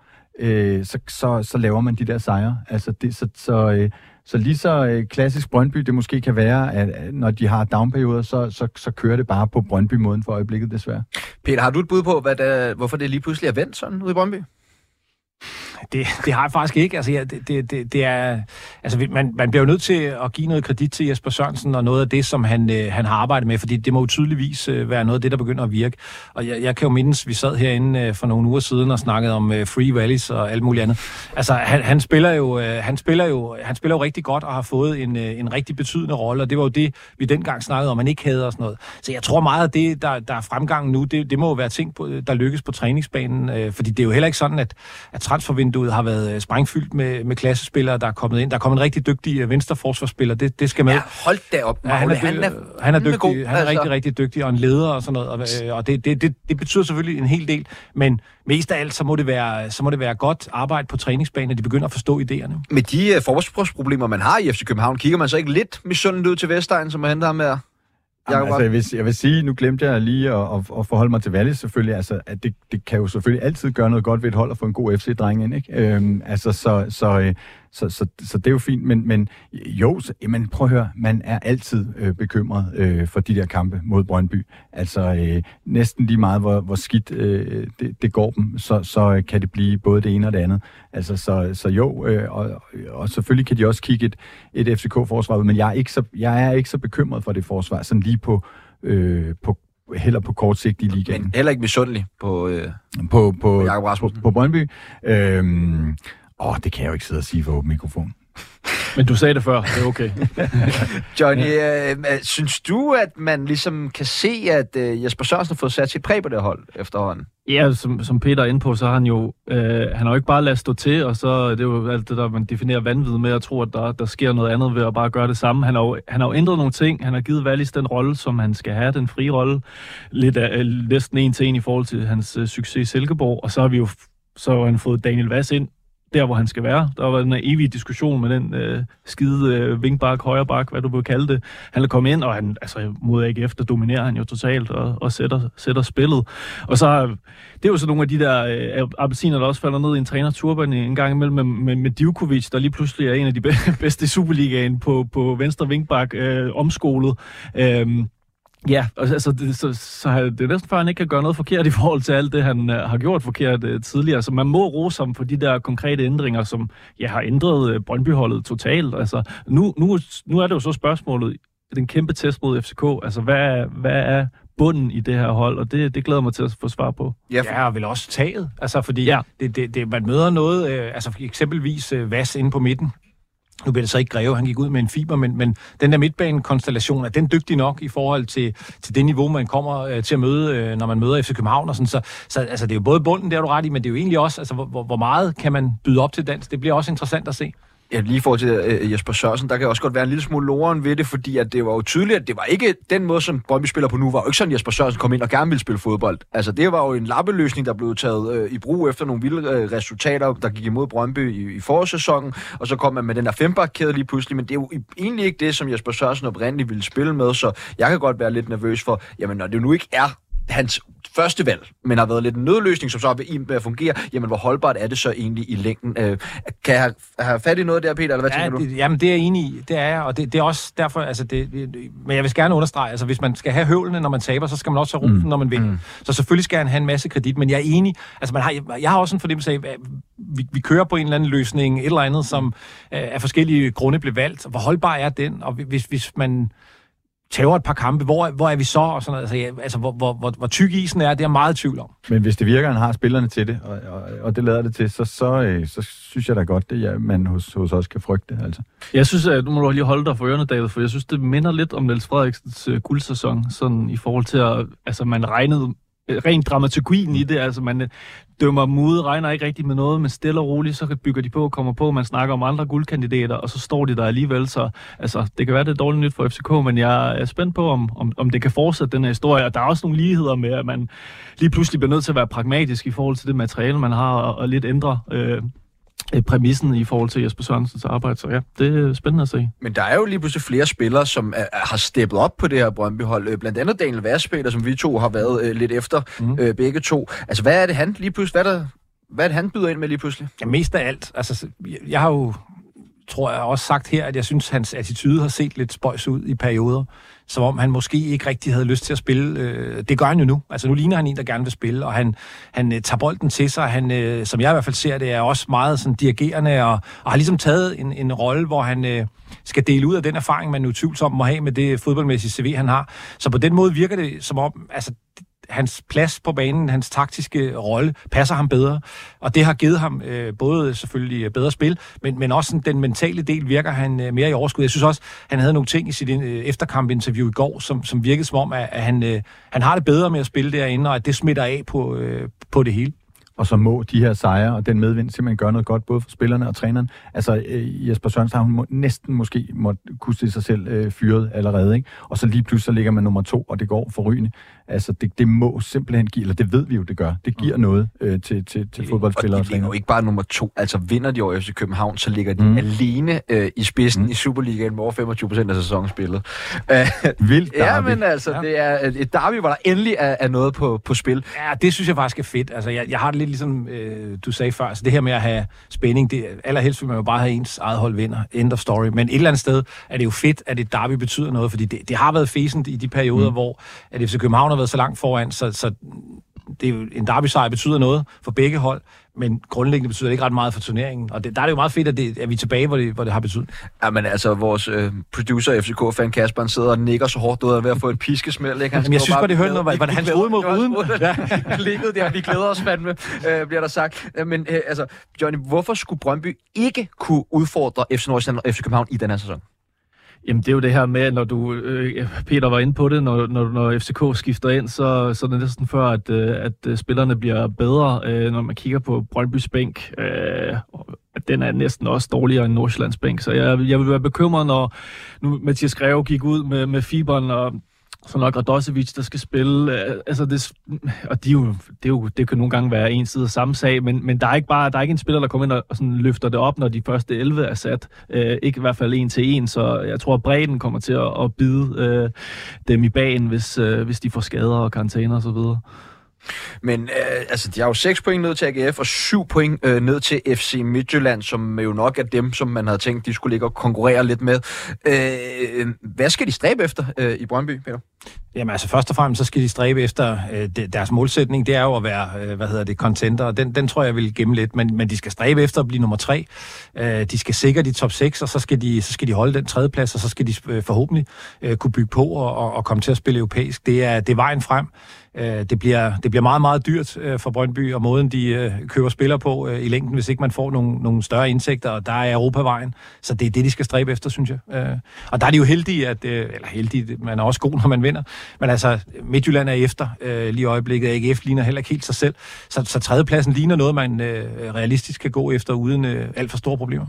så laver man de der sejre. Altså, så lige så klassisk Brøndby det måske kan være, at når de har downperioder, så kører det bare på Brøndby-måden for øjeblikket, desværre. Peter, har du et bud på, hvorfor det lige pludselig er vendt sådan ude i Brøndby? det har jeg faktisk ikke. Altså, det er, altså man bliver jo nødt til at give noget kredit til Jesper Sørensen og noget af det, som han har arbejdet med, fordi det må jo tydeligvis være noget af det, der begynder at virke. Og jeg kan jo mindes, vi sad herinde for nogle uger siden og snakkede om Free Valleys og alt muligt andet. Altså, han spiller jo rigtig godt og har fået en rigtig betydende rolle, og det var jo det, vi dengang snakkede om, man ikke havde og sådan noget. Så jeg tror meget af det, der er fremgangen nu, det må jo være ting, der lykkes på træningsbanen, fordi det er jo heller ikke sådan, at transfervinduet har været sprængfyldt med klassespillere, der er kommet ind. Der er kommet en rigtig dygtig venstreforsvarsspiller, det skal med. Ja, hold da op. Ja, han er dygtig, god, han er rigtig, rigtig dygtig, og en leder og sådan noget, og det betyder selvfølgelig en hel del, men mest af alt, så må det være godt arbejde på træningsbanen, at de begynder at forstå idéerne. Med de forsvarsproblemer, man har i FC København, kigger man så ikke lidt misundeligt ud til Vestegn, som har hentet ham med? Altså, jeg vil sige, nu glemte jeg lige at forholde mig til Wallis selvfølgelig, altså, at det kan jo selvfølgelig altid gøre noget godt ved et hold at få en god FC-dreng ind, ikke? Så det er jo fint, men jo, men prøv at høre, man er altid bekymret for de der kampe mod Brøndby. Altså næsten lige meget, hvor skidt det går dem, så kan det blive både det ene og det andet. Altså, så jo, og selvfølgelig kan de også kigge et FCK-forsvar ud, men jeg er ikke så bekymret for det forsvar, sådan lige på heller på kort sigt i ligaen. Men heller ikke misundelig på Jakob Rasmussen. På Brøndby. Det kan jeg jo ikke sidde og sige for åben mikrofon. Men du sagde det før, det er okay. Johnny, synes du, at man ligesom kan se, at Jesper Sørensen har fået sat sit præg på det hold efterhånden? Ja, som Peter er inde på, så har han jo han har jo ikke bare ladet stå til, og så det er jo alt det, der man definerer vanvid med at tro, at der sker noget andet ved at bare gøre det samme. Han har jo ændret nogle ting. Han har givet Wallis den rolle, som han skal have, den frie rolle. Lidt næsten en til en i forhold til hans succes i Silkeborg, og så har han fået Daniel Vass ind, der hvor han skal være. Der var den evige diskussion med den skide vingbak, højrebak, hvad du vil kalde det. Han er kommet ind, og han, altså mod AGF, der dominerer han jo totalt og sætter spillet. Og så det er jo så nogle af de der appelsiner, der også falder ned i en trænerturban en gang imellem med Divkovic, der lige pludselig er en af de bedste i Superligaen på venstre vingbak, omskolet. Ja, altså det er næsten for, at han ikke kan gøre noget forkert i forhold til alt det, han har gjort forkert tidligere. Så man må rose ham for de der konkrete ændringer, som har ændret Brøndby-holdet totalt. Altså, nu er det jo så spørgsmålet, den kæmpe test mod FCK. Altså, hvad er bunden i det her hold? Og det glæder mig til at få svar på. Ja, og vel også taget. Altså, fordi man møder noget, altså eksempelvis Vass inde på midten. Nu bliver det så ikke Greve, han gik ud med en fiber, men den der midtbanekonstellation, er den dygtig nok i forhold til det niveau, man kommer til at møde, når man møder FC København og sådan. Så altså, det er jo både bunden, det er du ret i, men det er jo egentlig også, altså, hvor meget kan man byde op til dans? Det bliver også interessant at se. Ja, lige i forhold til Jesper Sørensen, der kan også godt være en lille smule loren ved det, fordi at det var jo tydeligt, at det var ikke den måde, som Brøndby spiller på nu, var jo ikke sådan, Jesper Sørensen kom ind og gerne ville spille fodbold. Altså, det var jo en lappeløsning, der blev taget i brug efter nogle vilde resultater, der gik imod Brøndby i forårssæsonen, og så kom man med den der fembakkæde lige pludselig, men det er jo egentlig ikke det, som Jesper Sørensen oprindeligt ville spille med, så jeg kan godt være lidt nervøs for, jamen når det nu ikke er hans første valg, men har været lidt en nødløsning, som så har været med at fungere, jamen hvor holdbart er det så egentlig i længden? Kan jeg have fat i noget der, Peter, eller hvad tænker du? Jamen det er jeg enig i, det er jeg, og det er også derfor, altså men jeg vil gerne understrege, altså hvis man skal have høvlene, når man taber, så skal man også have rosen, når man vinder. Så selvfølgelig skal han have en masse kredit, men jeg er enig, altså jeg har også en fornemmelse af, at vi kører på en eller anden løsning, et eller andet, som af forskellige grunde blev valgt. Hvor holdbar er den? Og hvis man tager et par kampe, hvor er vi så? Og sådan noget. Altså hvor tyk isen er, det er jeg meget tvivl om. Men hvis det virker, at han har spillerne til det, og det lader det til, så synes jeg da godt, det man hos os kan frygte. Altså. Jeg synes, at du må lige holde dig for ørerne, David, for jeg synes, det minder lidt om Niels Frederiksens guldsæson, sådan i forhold til at, altså man regnede rent dramaturgien i det, altså man dømmer dem ud, regner ikke rigtig med noget, men stille og roligt, så bygger de på, kommer på, man snakker om andre guldkandidater, og så står de der alligevel, så altså, det kan være, det er dårligt nyt for FCK, men jeg er spændt på, om det kan fortsætte den her historie, og der er også nogle ligheder med, at man lige pludselig bliver nødt til at være pragmatisk i forhold til det materiale, man har, og lidt ændre præmissen i forhold til Jesper Sørensens arbejde, så ja, det er spændende at se. Men der er jo lige pludselig flere spillere, som har steppet op på det her Brøndby-hold. Blandt andet Daniel Vass-spiller, som vi to har været lidt efter, begge to. Altså, hvad er det han lige pludselig, hvad er det han byder ind med lige pludselig? Ja, mest af alt. Altså, jeg har jo tror jeg også sagt her, at jeg synes, hans attitude har set lidt spøjs ud i perioder. Som om han måske ikke rigtig havde lyst til at spille. Det gør han jo nu. Altså nu ligner han en, der gerne vil spille, og han tager bolden til sig. Han, som jeg i hvert fald ser det, er også meget sådan dirigerende, og har ligesom taget en rolle, hvor han skal dele ud af den erfaring, man utvivlsomt må have med det fodboldmæssige CV, han har. Så på den måde virker det som om, altså hans plads på banen, hans taktiske rolle, passer ham bedre. Og det har givet ham både selvfølgelig bedre spil, men også sådan, den mentale del virker han mere i overskud. Jeg synes også, han havde nogle ting i sit efterkampinterview i går, som virkede som om, at han har det bedre med at spille derinde, og at det smitter af på det hele. Og så må de her sejre og den medvind simpelthen gøre noget godt, både for spillerne og træneren. Altså, Jesper Sørensen har hun næsten måske måtte kunne se sig selv fyret allerede, ikke? Og så lige pludselig så ligger man nummer 2, og det går forrygende. Altså, det må simpelthen give, eller det ved vi jo, det gør. Det giver noget til fodboldspillere og trænere. Og de ligger jo ikke bare nummer 2. Altså, vinder de over FC København, så ligger de alene i spidsen i Superligaen, hvor 25% af sæsonen spillet. Vildt derby. Ja, men altså, det er et derby, hvor der endelig er noget på spil. Ja, det synes jeg faktisk er fedt. Altså, jeg har det lidt ligesom du sagde før, altså det her med at have spænding, det, allerhelst vil man jo bare have ens eget hold vinder. End of story. Men et eller andet sted er det jo fedt, at et derby betyder noget, fordi det har været fæsent i de perioder, hvor at FC København har været så langt foran, så det er jo, en derby-sejr betyder noget for begge hold, men grundlæggende betyder det ikke ret meget for turneringen. Og der er det jo meget fedt, at vi er tilbage, hvor det har betydet. Ja, men altså, vores producer, FCK-fan Kasper, sidder og nikker så hårdt, du er ved at få et piskesmæld, ikke? Jamen, jeg synes bare, det hørte noget, var det hans hoved mod ruden? Ja, klikket der, vi glæder os fandme, bliver der sagt. Men altså, Johnny, hvorfor skulle Brøndby ikke kunne udfordre FC Nordsjælland og FC København i den her sæson? Jamen, det er jo det her med, når du, Peter var inde på det, når FCK skifter ind, så er det næsten før, at spillerne bliver bedre, når man kigger på Brøndbys bænk. Den er næsten også dårligere end Nordsjællands bænk, så jeg vil være bekymret, når nu Mathias Greve gik ud med fiberen, og så nok Radosevic, der skal spille. Altså det kan nogle gange være en side af samme sag, men der er ikke en spiller, der kommer ind og sådan løfter det op, når de første 11 er sat. Ikke i hvert fald 1 til 1, så jeg tror, at bredden kommer til at bide dem i bagen, hvis de får skader og karantæner og så videre. Men altså, de har jo 6 point ned til AGF og 7 point ned til FC Midtjylland, som jo nok er dem, som man havde tænkt, de skulle ligge og konkurrere lidt med. Hvad skal de stræbe efter i Brøndby, Peter? Jamen altså, først og fremmest så skal de stræbe efter deres målsætning, det er jo at være, contenter, og den tror jeg vil gemme lidt, men de skal stræbe efter at blive nummer 3. De skal sikre de top 6, og så skal de holde den 3. plads, og så skal de forhåbentlig kunne bygge på og komme til at spille europæisk. Det er vejen frem. Det bliver meget, meget dyrt for Brøndby, og måden de køber spillere på i længden, hvis ikke man får nogle større indtægter, og der er Europavejen. Så det er det, de skal stræbe efter, synes jeg. Og der er de jo heldige, man er også god, når man vinder. Men altså, Midtjylland er efter lige i øjeblikket. AGF ligner heller ikke helt sig selv. Så 3. pladsen ligner noget, man realistisk kan gå efter, uden alt for store problemer.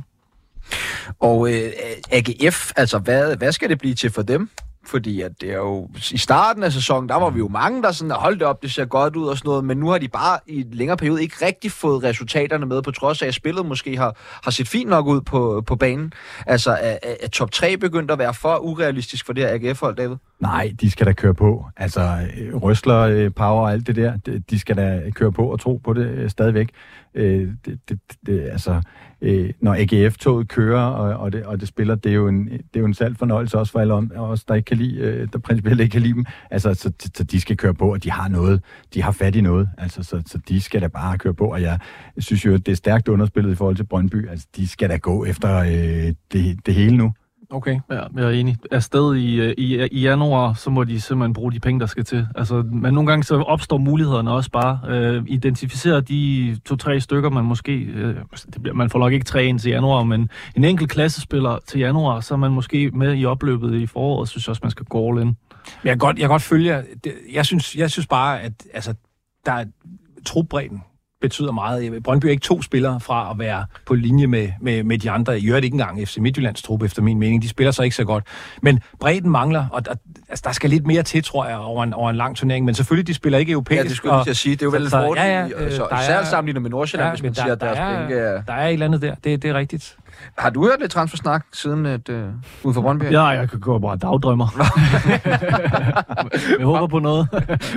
Og AGF, altså hvad skal det blive til for dem? Fordi at det er jo i starten af sæsonen, der var vi jo mange, der sådan holdt det op, det ser godt ud og sådan noget, men nu har de bare i en længere periode ikke rigtig fået resultaterne med, på trods af at spillet måske har set fint nok ud på banen. Altså er top 3 begyndt at være for urealistisk for det her AGF-hold, David? Nej, de skal da køre på. Altså Røsler, Power og alt det der, de skal da køre på og tro på det stadigvæk. Når AGF-toget kører, og det spiller, det er jo en sand fornøjelse også for alle os, der ikke kan lide, der principielt ikke kan lide dem. Altså, så de skal køre på, og de har noget. De har fat i noget. Altså, så de skal da bare køre på, og jeg synes jo, at det er stærkt underspillet i forhold til Brøndby. Altså, de skal da gå efter det hele nu. Okay, ja, jeg er enig. Afsted i januar, så må de simpelthen bruge de penge, der skal til. Altså, men nogle gange så opstår mulighederne også bare. Identificere de 2-3 stykker, man måske... man får nok ikke 3 ind til januar, men en enkelt klassespiller til januar, så er man måske med i opløbet i foråret, synes jeg også, man skal gå all in. Jeg kan godt følge... Jeg synes bare, at altså, der er trupbredden betyder meget. Brøndby er ikke 2 spillere fra at være på linje med de andre. I øvrigt ikke engang FC Midtjyllands trup, efter min mening. De spiller så ikke så godt. Men bredden mangler, og der skal lidt mere til, tror jeg, over en lang turnering. Men selvfølgelig, de spiller ikke europæisk. Ja, det skulle jeg sige. Det er jo vel fordel. Især sammenlignet med Nordsjælland, hvis man siger, at deres penge... Der er et eller andet der. Det er rigtigt. Har du hørt lidt transfersnak siden ude for Brøndby? Ja, jeg kan gå bare dagdrømmer. Jeg håber på noget.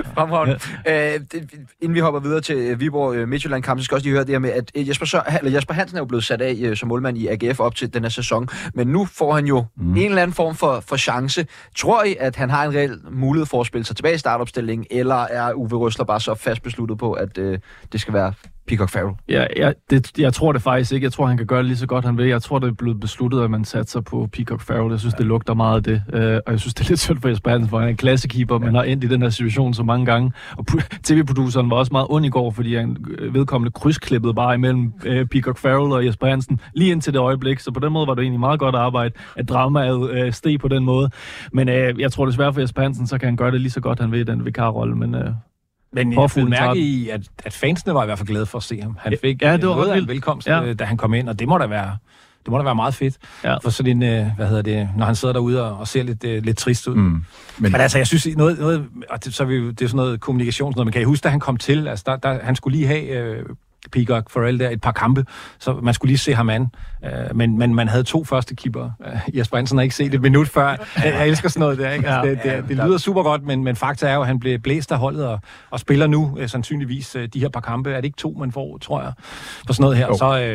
Inden vi hopper videre til Viborg Midtjylland-kampen, så skal jeg også lige høre det her med, at Jesper Hansen er jo blevet sat af som målmand i AGF op til den her sæson, men nu får han jo en eller anden form for chance. Tror I, at han har en reel mulighed for at spille sig tilbage i startopstillingen, eller er Uwe Røsler bare så fast besluttet på, at det skal være Peacock Farrell? Jeg tror det faktisk ikke. Jeg tror, han kan gøre det lige så godt, han vil. Jeg tror, det er blevet besluttet, at man satser på Peacock Farrell. Jeg synes, det lugter meget af det. Og jeg synes, det er lidt synd for Jesper Hansen, for han er en klassekeeper, men har endt i den her situation så mange gange. Og TV-produceren var også meget ond i går, fordi han vedkommende krydsklippede bare imellem Peacock Farrell og Jesper Hansen lige indtil det øjeblik. Så på den måde var det egentlig meget godt arbejde, at dramaet steg på den måde. Men jeg tror desværre for Jesper Hansen, så kan han gøre det lige så godt, han vil i den vikarrolle. Men jeg følte mærke i, at fansene var i hvert fald glade for at se ham. Han fik det var noget af en velkomst, da han kom ind, og det må da være meget fedt. Ja. For sådan en, når han sidder derude og ser lidt trist ud. Men altså, jeg synes, noget så er det er sådan noget kommunikation, man kan huske, da han kom til, altså, han skulle lige have Peacock Farrell der et par kampe, så man skulle lige se ham an. Men man havde 2 første keeper. Jesper Hansen har ikke set et minut før. Jeg elsker sådan noget der, ikke? Altså, det lyder super godt, men fakta er jo, at han blev blæst af holdet og spiller nu sandsynligvis de her par kampe. Er det ikke 2, man får, tror jeg, for sådan noget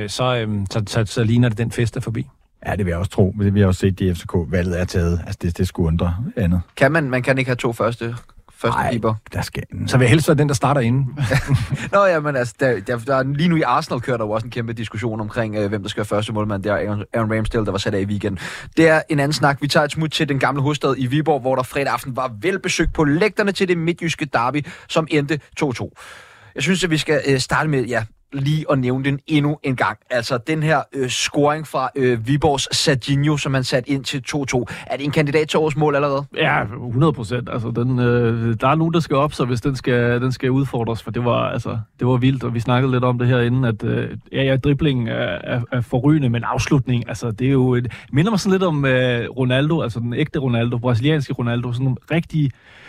her? Så ligner det den fest, der forbi. Ja, det vil jeg også tro. Vi har også set, det FCK-valget er taget. Altså, det skulle undre andet. Man kan ikke have 2 første keeper. Der skal... Så vil jeg helst være den, der starter inden. Nå ja, men altså, der lige nu i Arsenal kører der jo også en kæmpe diskussion omkring, hvem der skal være første målmand. Det er Aaron Ramsdale, der var sat af i weekenden. Det er en anden snak. Vi tager et smut til den gamle hovedstad i Viborg, hvor der fredag aften var velbesøgt på lægterne til det midtjyske derby, som endte 2-2. Jeg synes, at vi skal starte med, lige at nævne den endnu en gang. Altså den her scoring fra Viborgs Serginho, som han satte ind til 2-2. Er det en kandidat til årets mål allerede? Ja, 100%. Altså, der er nogen, der skal op, så hvis den skal udfordres, for det var vildt, og vi snakkede lidt om det herinde, at driblingen er forrygende, men afslutning, altså det er jo minder mig sådan lidt om Ronaldo, altså den ægte Ronaldo, brasilianske Ronaldo, sådan en rigtig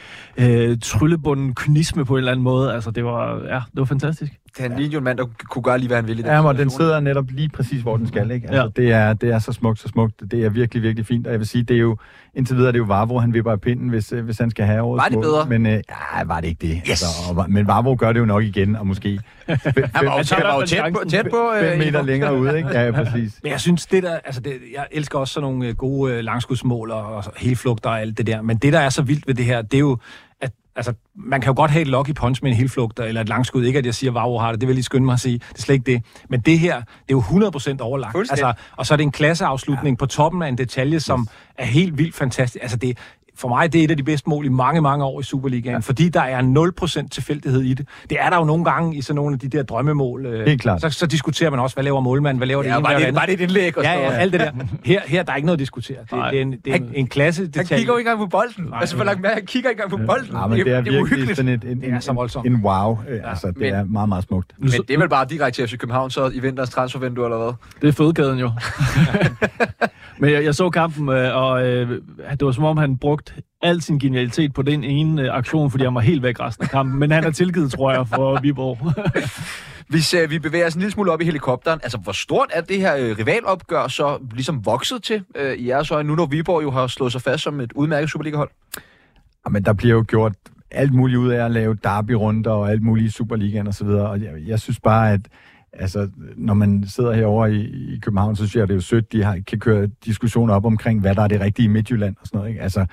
tryllebunden kynisme på en eller anden måde. Altså det var fantastisk. Han lignede jo en mand, der kunne gøre lige, hvad han ville. Den sidder netop lige præcis, hvor den skal, ikke? Altså, det er så smukt. Det er virkelig, virkelig fint. Og jeg vil sige, det er jo, indtil videre, det er jo Vavro, han vipper af pinden, hvis han skal have årets mål. Var det bedre? Men var det ikke det? Yes. Altså, men Vavro gør det jo nok igen, og måske han var jo tæt på 5 meter længere ude, ikke? Ja, præcis. Men jeg synes, jeg elsker også sådan nogle gode langskudsmål og helflugter og alt det der. Men det, der er så vildt ved det her, det er jo, altså, man kan jo godt have et lucky punch med en helflugter eller et langskud. Ikke at jeg siger, at Vavro har det. Det vil jeg lige skynde mig at sige. Det er slet ikke det. Men det her, det er jo 100% overlagt. Altså, og så er det en klasseafslutning på toppen af en detalje, som er helt vildt fantastisk. Altså, for mig det er et af de bedste mål i mange, mange år i Superligaen, fordi der er 0% tilfældighed i det. Det er der jo nogle gange i sådan nogle af de der drømmemål. Helt klart. Så diskuterer man også, hvad laver målmanden, hvad laver det ene, hvad det andet. Var det et indlæg? Og alt det der. Her der er ikke noget at diskutere. Det er en klasse detalje. Han kigger jo ikke engang på bolden. Altså, hvor langt med, han kigger ikke engang på bolden. Nej, men det er virkelig sådan en wow. Altså, det er meget, meget smukt. Men det er vel bare direkte til FC København, så i vinterens transfervindue, eller hvad? Det er fødekæden jo. Men jeg så kampen, og det var som om, han brugte al sin genialitet på den ene aktion, fordi han var helt væk resten af kampen. Men han er tilgivet, tror jeg, for Viborg. Hvis vi bevæger os en lille smule op i helikopteren, altså hvor stort er det her rivalopgør så ligesom vokset til i jeres øjne, nu når Viborg jo har slået sig fast som et udmærket Superliga-hold? Jamen, der bliver jo gjort alt muligt ud af at lave derby-runder og alt muligt i Superligaen og så videre, og jeg synes bare, at altså, når man sidder herovre i København, så synes jeg, det er jo sødt, de kan køre diskussioner op omkring, hvad der er det rigtige i Midtjylland og sådan noget, ikke? Altså,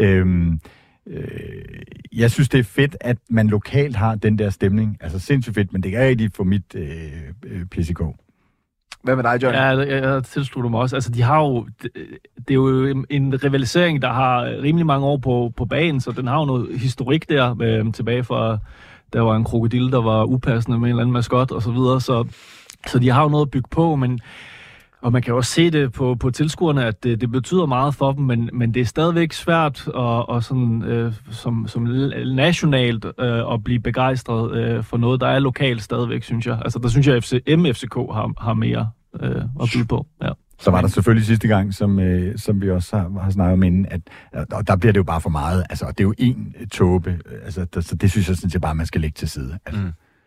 jeg synes, det er fedt, at man lokalt har den der stemning. Altså, sindssygt fedt, men det er ikke for mit PCK. Hvad med dig, John? Ja, jeg tilslutter mig også. Altså, de har jo... Det er jo en rivalisering, der har rimelig mange år på banen, så den har jo noget historik der, tilbage fra... Der var en krokodille, der var upassende med en eller anden maskot og så videre, så de har jo noget at bygge på, men og man kan jo også se det på tilskuerne, at det betyder meget for dem, men det er stadigvæk svært og sådan, som nationalt at blive begejstret for noget, der er lokalt stadigvæk, synes jeg. Altså der synes jeg, at MFCK har mere at byde på, ja. Så var der selvfølgelig sidste gang, som vi også har snakket om inden, at og der bliver det jo bare for meget. Altså, det er jo en tåbe. Altså, så det synes jeg sådan set bare, man skal lægge til side. Altså.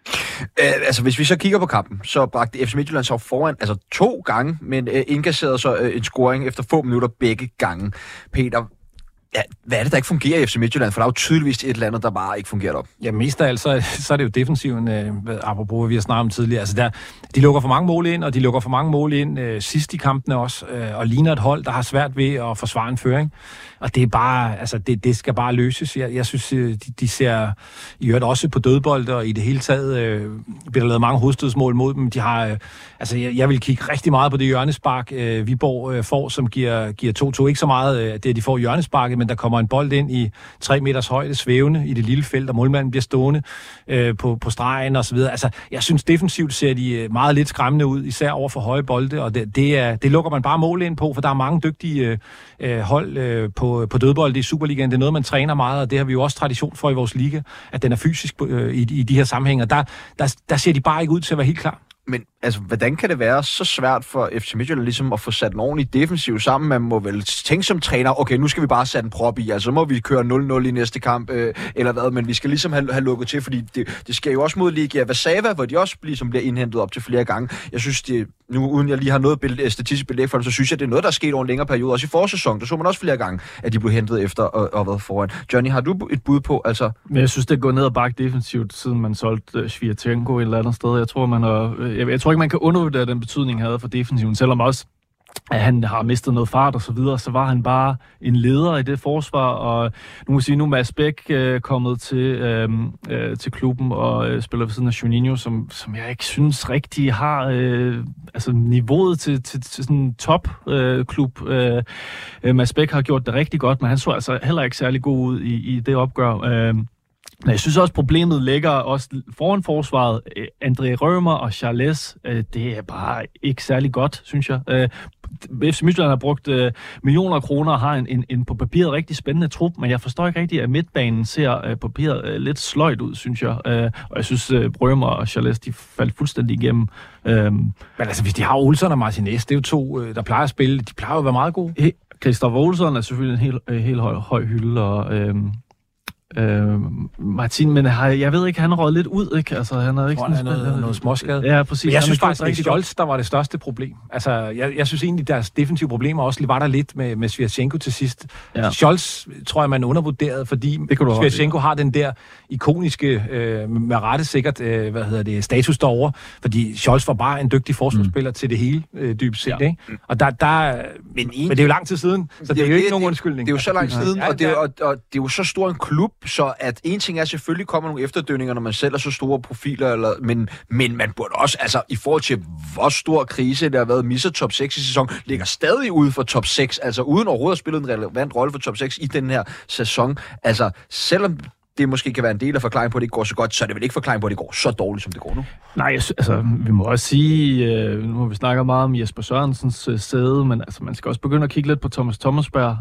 Altså, hvis vi så kigger på kampen, så bragte FC Midtjylland sig foran 2 gange, men indkasserede så en scoring efter få minutter begge gange. Peter, hvad er det, der ikke fungerer i FC Midtjylland? For der er jo tydeligvis et eller andet, der bare ikke fungerer op. Ja, mest af alt, så er det jo defensiven, apropos hvad vi har snakket om tidligere. Altså de lukker for mange mål ind, og de lukker for mange mål ind sidst i kampene også, og ligner et hold, der har svært ved at forsvare en føring. Og det er bare, altså det skal bare løses. Jeg synes, de ser i øvrigt også på dødbolde, og i det hele taget bliver der lavet mange hovedstødsmål mod dem. De har, jeg vil kigge rigtig meget på det hjørnespark, Viborg får, som giver 2-2. Ikke så meget det, de får hjørnesparket, men der kommer en bold ind i 3 meters højde, svævende i det lille felt, og målmanden bliver stående på stregen og så videre. Altså, jeg synes defensivt ser de meget lidt skræmmende ud, især over for høje bolde, og det lukker man bare mål ind på, for der er mange dygtige hold på dødbold i Superligaen. Det er noget, man træner meget, og det har vi jo også tradition for i vores liga, at den er fysisk i de her sammenhænge. Der ser de bare ikke ud til at være helt klar. Men hvordan kan det være så svært for FC Midtjylland ligesom at få sat en ordentlig defensiv sammen? Man må vel tænke som træner, okay, nu skal vi bare sætte en prop i, så må vi køre 0-0 i næste kamp, eller hvad, men vi skal ligesom have lukket til, fordi det sker jo også mod Legia Warszawa, hvor de også ligesom bliver indhentet op til flere gange. Jeg synes, nu uden jeg lige har noget statistisk belæg for det, så synes jeg, det er noget, der er sket over en længere periode. Også i forsæsonen, der så man også flere gange, at de blev hentet efter og været foran. Johnny, har du et bud på? Men jeg synes, det går ned og bakke defensivt, siden man solgte Sviatchenko et eller andet sted. Jeg tror ikke, man kan undervurdere den betydning, han havde for defensiven, selvom også at han har mistet noget fart og så videre, så var han bare en leder i det forsvar, og nu må sige, nu er Mads Bæk kommet til klubben og spiller ved siden af Juninho, som jeg ikke synes rigtig har niveauet til sådan en topklub. Mads Bæk har gjort det rigtig godt, men han så altså heller ikke særlig god ud i det opgør. Men jeg synes også, problemet ligger også foran forsvaret. André Rømer og Charles, det er bare ikke særlig godt, synes jeg. FC Midtjylland har brugt millioner af kroner og har en på papiret rigtig spændende trup, men jeg forstår ikke rigtigt, at midtbanen ser på papiret lidt sløjt ud, synes jeg. Og jeg synes, Rømer og Charles, de faldt fuldstændig igennem. Men altså, hvis de har Olsen og Martinez, det er jo to, der plejer at spille, de plejer jo at være meget gode. Christopher Olsen er selvfølgelig en helt høj hylde, og Martin, men jeg ved ikke, han har røget lidt ud, ikke? Altså, han har ikke noget småskade. Ja, præcis. Men jeg synes faktisk, det er Scholz, der var det største problem. Altså, jeg synes egentlig, deres defensive problemer også var der lidt med Sviatchenko til sidst. Ja. Scholz, tror jeg, man undervurderede, fordi Sviatchenko har den der ikoniske, med rette sikkert, status derovre, fordi Scholz var bare en dygtig forsvarsspiller til det hele, dybest set, ikke? Og men det er jo lang tid siden, så det er jo ikke nogen undskyldning. Det er jo så lang tid siden, og det er jo så stor en klub, så at en ting er, selvfølgelig kommer nogle efterdønninger, når man sælger så store profiler, men man burde også, i forhold til hvor stor krise det har været, misser top 6 i sæson, ligger stadig ude for top 6, uden overhovedet at spille en relevant rolle for top 6 i den her sæson. Selvom det måske kan være en del af forklaringen på, at det ikke går så godt, så er det vel ikke forklaringen på, at det går så dårligt, som det går nu? Nej, vi må også sige, nu har vi snakket meget om Jesper Sørensens sæde, men man skal også begynde at kigge lidt på Thomas Thomasberg.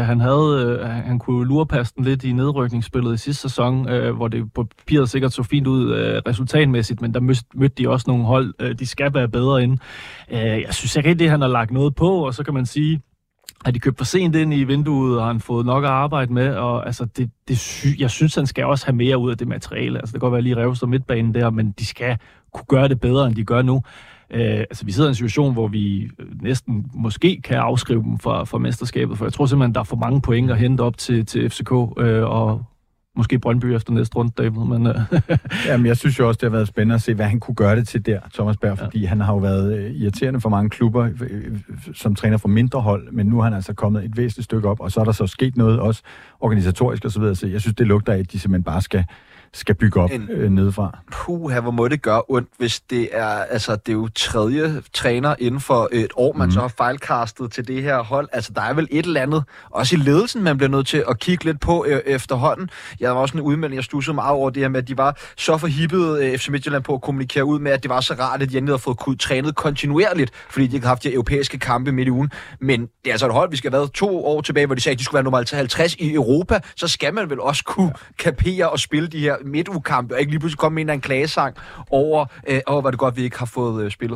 Han kunne lurepasse den lidt i nedrykningsspillet i sidste sæson, hvor det på papiret sikkert så fint ud resultatmæssigt, men der mødte de også nogle hold, de skal være bedre ind. Jeg synes ikke rigtig, han har lagt noget på, og så kan man sige, at de købt for sent ind i vinduet, og han fået nok at arbejde med, og jeg synes, han skal også have mere ud af det materiale. Det kan godt være lige revst midtbanen der, men de skal kunne gøre det bedre, end de gør nu. Vi sidder i en situation, hvor vi næsten måske kan afskrive dem fra mesterskabet, for jeg tror simpelthen, der er for mange point at hente op til FCK, og måske Brøndby efter næste runde, David, men... Jamen, jeg synes jo også, det har været spændende at se, hvad han kunne gøre det til der, Thomas Berg, fordi han har jo været irriterende for mange klubber, som træner for mindre hold, men nu er han altså kommet et væsentligt stykke op, og så er der så sket noget også organisatorisk og så videre, så jeg synes, det lugter af, at de simpelthen bare skal bygge op nedefra. Hvor må det gøre ondt, hvis det er, det er jo tredje træner inden for et år, man så har fejlkastet til det her hold. Der er vel et eller andet, også i ledelsen, man bliver nødt til at kigge lidt på efterhånden. Jeg var også en udmelding, jeg studsede meget over det her med, at de var så forhippede FC Midtjylland på at kommunikere ud med, at det var så rart, at de endelig havde fået trænet kontinuerligt, fordi de ikke har haft de europæiske kampe midt i ugen. Men det er altså et hold, vi skal have været 2 år tilbage, hvor de sagde, at de skulle være nummer 50 i Europa, så skal man vel også kunne kapere og spille de her midtugekampe, og ikke lige pludselig komme med en klagesang over hvor det godt, vi ikke har fået spillet.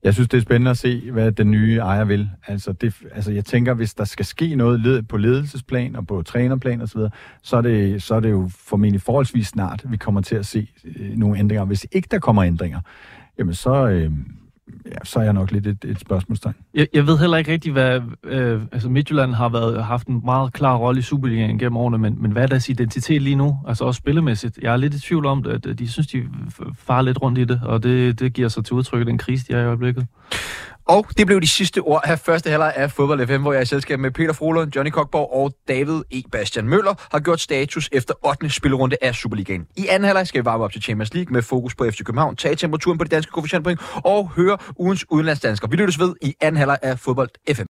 Jeg synes, det er spændende at se, hvad den nye ejer vil. Altså jeg tænker, hvis der skal ske noget på ledelsesplan og på trænerplan osv., så er det jo formentlig forholdsvis snart, vi kommer til at se nogle ændringer. Hvis ikke der kommer ændringer, jamen så er jeg nok lidt et spørgsmålstegn. Jeg ved heller ikke rigtig, hvad... altså Midtjylland har haft en meget klar rolle i Superligaen gennem årene, men hvad er deres identitet lige nu? Altså også spillemæssigt. Jeg er lidt i tvivl om det, at de synes, de farer lidt rundt i det, og det giver sig til udtryk i den krise, de er i øjeblikket. Og det blev de sidste ord af første halvleg af Fodbold FM, hvor jeg i selskab med Peter Frohlund, Johnny Kokborg og David E. Bastian Møller har gjort status efter 8. spillerunde af Superligaen. I anden halvleg skal vi varme op til Champions League med fokus på FC København, tage temperaturen på de danske koefficientpoint og høre ugens udenlandsdanskere. Vi lyttes ved i anden halvleg af Fodbold FM.